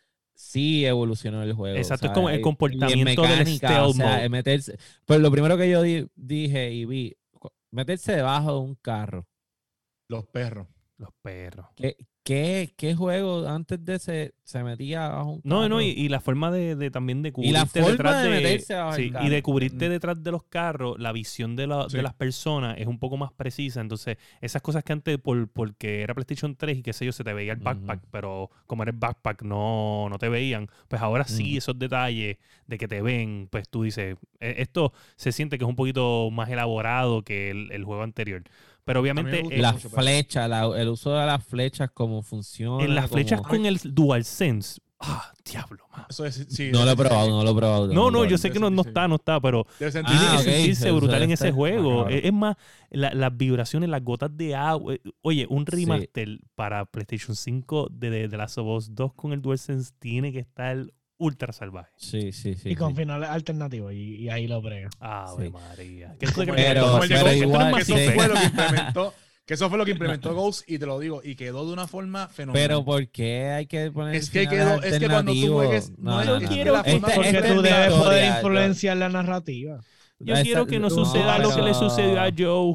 sí evolucionó el juego. Exacto, O es sea, como el y en comportamiento del mecánica, stealth o sea, mode. meterse. Pues lo primero que yo dije y vi, meterse debajo de un carro. Los perros. Los perros. ¿Qué juego antes de se metía bajo un carro? No, y la forma de también de Y la cubrirte forma detrás de de... meterse bajo el Sí, carro. y de cubrirte detrás de los carros, la visión de Sí. las personas es un poco más precisa. Entonces, esas cosas que antes, porque era PlayStation 3 y qué sé yo, se te veía el backpack, pero como era el backpack no te veían, pues ahora sí esos detalles de que te ven, pues tú dices, esto se siente que es un poquito más elaborado que el juego anterior. Pero obviamente... A mí me gusta La mucho, pero- flecha, el uso de las flechas, cómo funciona. en las flechas cómo- con el DualSense. Diablo, man. Eso es, sí, No lo he debe probado, sentir- no lo he probado. No, yo sé. sé que no está, pero Debe sentir- tiene que ok, sentirse eso brutal en debe ese estar juego. macabro. Es más, las vibraciones, las gotas de agua. Oye, un Sí. remaster para PlayStation 5 de Last of Us 2 con el DualSense tiene que estar ultra salvaje. Sí. Y con finales alternativos, y ahí lo brega. Ave Sí. María. Como Pero- el de pero Ghost, igual, que eso sí. fue lo que implementó. Que eso fue lo que implementó Ghost, y te lo digo, y quedó de una forma fenomenal. Pero ¿por qué hay que poner Es que finales quedó- es que cuando tú alternativos? juegues, no es- Yo quiero la que- forma Porque esta tú es mi debes poder historia, influenciar la narrativa. Yo quiero que no suceda lo que le sucedió a Joe.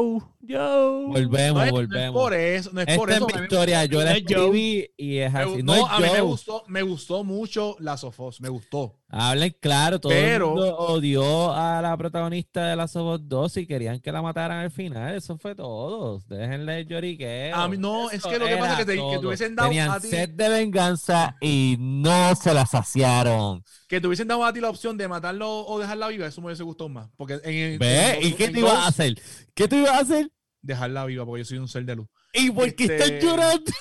Volvemos. No es por eso, no es por Esta es eso. mi a mí me- historia, yo la No es Joe. escribí y es así. No, No, es a mí Joe. me gustó mucho Last of Us, me gustó. Hablen claro, todo Pero- el mundo odió a la protagonista de Last of Us 2 y querían que la mataran al final. Eso fue todo. Déjenle el lloriqueo. A mí no, es que lo que Eso pasa es que era te hubiesen dado Tenían a ti, sed de venganza y no se la saciaron. que te hubiesen dado a ti la opción de matarlo o dejarla viva, eso me hubiese gustado más. Porque ¿Ves? ¿Y qué te ibas a hacer? ¿Qué te ibas a hacer? Dejarla viva, porque yo soy un ser de luz. ¿Y por qué Este- estás llorando?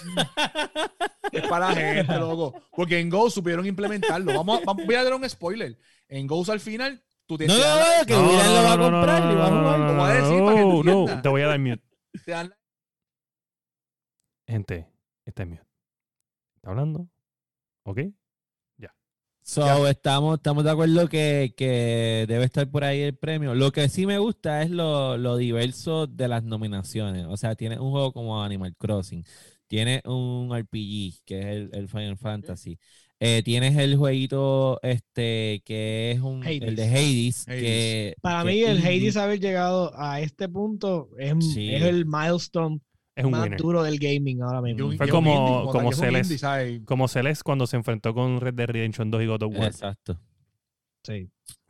Es para la gente, loco. Porque en Ghost supieron implementarlo. Voy a dar un spoiler. En Ghost al final, tú te No, te dan- que William lo va a comprar y va a jugar. Lo voy a decir para que tú no, entiendas. te voy a dar mute. te dan- Gente, está en mute. ¿Está hablando? ¿Ok? So, estamos de acuerdo que debe estar por ahí el premio. Lo que sí me gusta es lo diverso de las nominaciones. O sea, tienes un juego como Animal Crossing, tienes un RPG, que es el Final Fantasy. Tienes el jueguito que es el de Hades. Que, Para que mí, el indie. Hades haber llegado a este punto es Sí. el milestone Es un más winner. duro del gaming ahora mismo. Fue y como- un indie, como es un Celeste. indie, ¿sabes? Como Celeste cuando se enfrentó con Red Dead Redemption 2 y God of War. Exacto. Sí.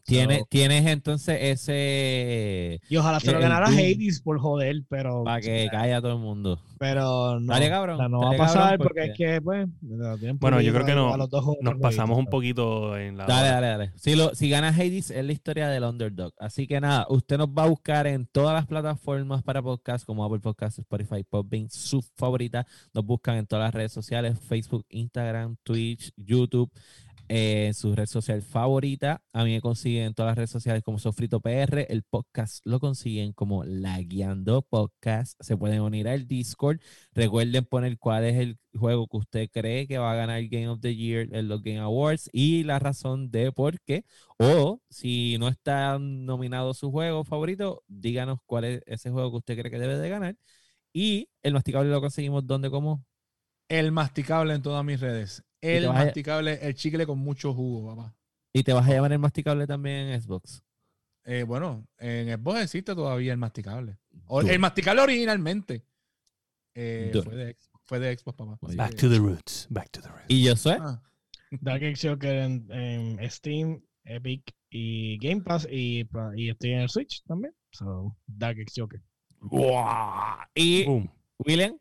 Tienes entonces ese... Y ojalá se lo el ganara Doom. Hades por joder, pero... Para que caiga todo el mundo. Pero no, Dale, cabrón, no va a dale, pasar cabrón, porque porque- es que, pues, lo tienen Bueno, yo creo que prohibido no, a los dos juegos nos jueguitos, pasamos un ¿sabes? poquito en la Dale, hora. dale. Si gana Hades es la historia del underdog. Así que nada, usted nos va a buscar en todas las plataformas para podcast como Apple Podcasts, Spotify, Podbean, su favorita. Nos buscan en todas las redes sociales, Facebook, Instagram, Twitch, YouTube, en su red social favorita. A mí me consiguen en todas las redes sociales como Sofrito PR. El podcast lo consiguen como La Guiando Podcast. Se pueden unir al Discord. Recuerden poner cuál es el juego que usted cree que va a ganar el Game of the Year en los Game Awards y la razón de por qué. O si no está nominado su juego favorito, díganos cuál es ese juego que usted cree que debe de ganar. Y el masticable lo conseguimos donde, como. El masticable en todas mis redes. te El vas a- masticable, el chicle con mucho jugo, papá. Y te vas a llamar el masticable también en Xbox. Bueno, en Xbox existe todavía el masticable. Duro. El masticable originalmente Duro. fue de Xbox, papá. Muy Así Back que- to the roots. Back to the roots. Y yo soy. Ah, Dark Age Joker en Steam, Epic y Game Pass y estoy en el Switch también. So, Dark Age Joker. ¡Guau! Y Boom. William,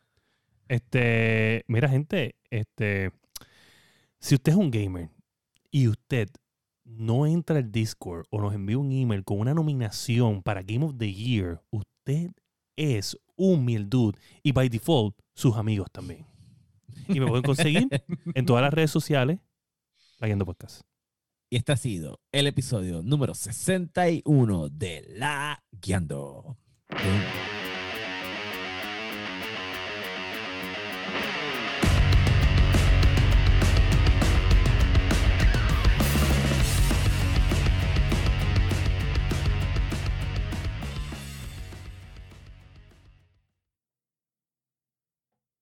Mira, gente, si usted es un gamer y usted no entra al Discord o nos envía un email con una nominación para Game of the Year, usted es un miel dude y by default sus amigos también. Y me pueden conseguir en todas las redes sociales, La Guiando Podcast. y este ha sido el episodio número 61 de La Guiando.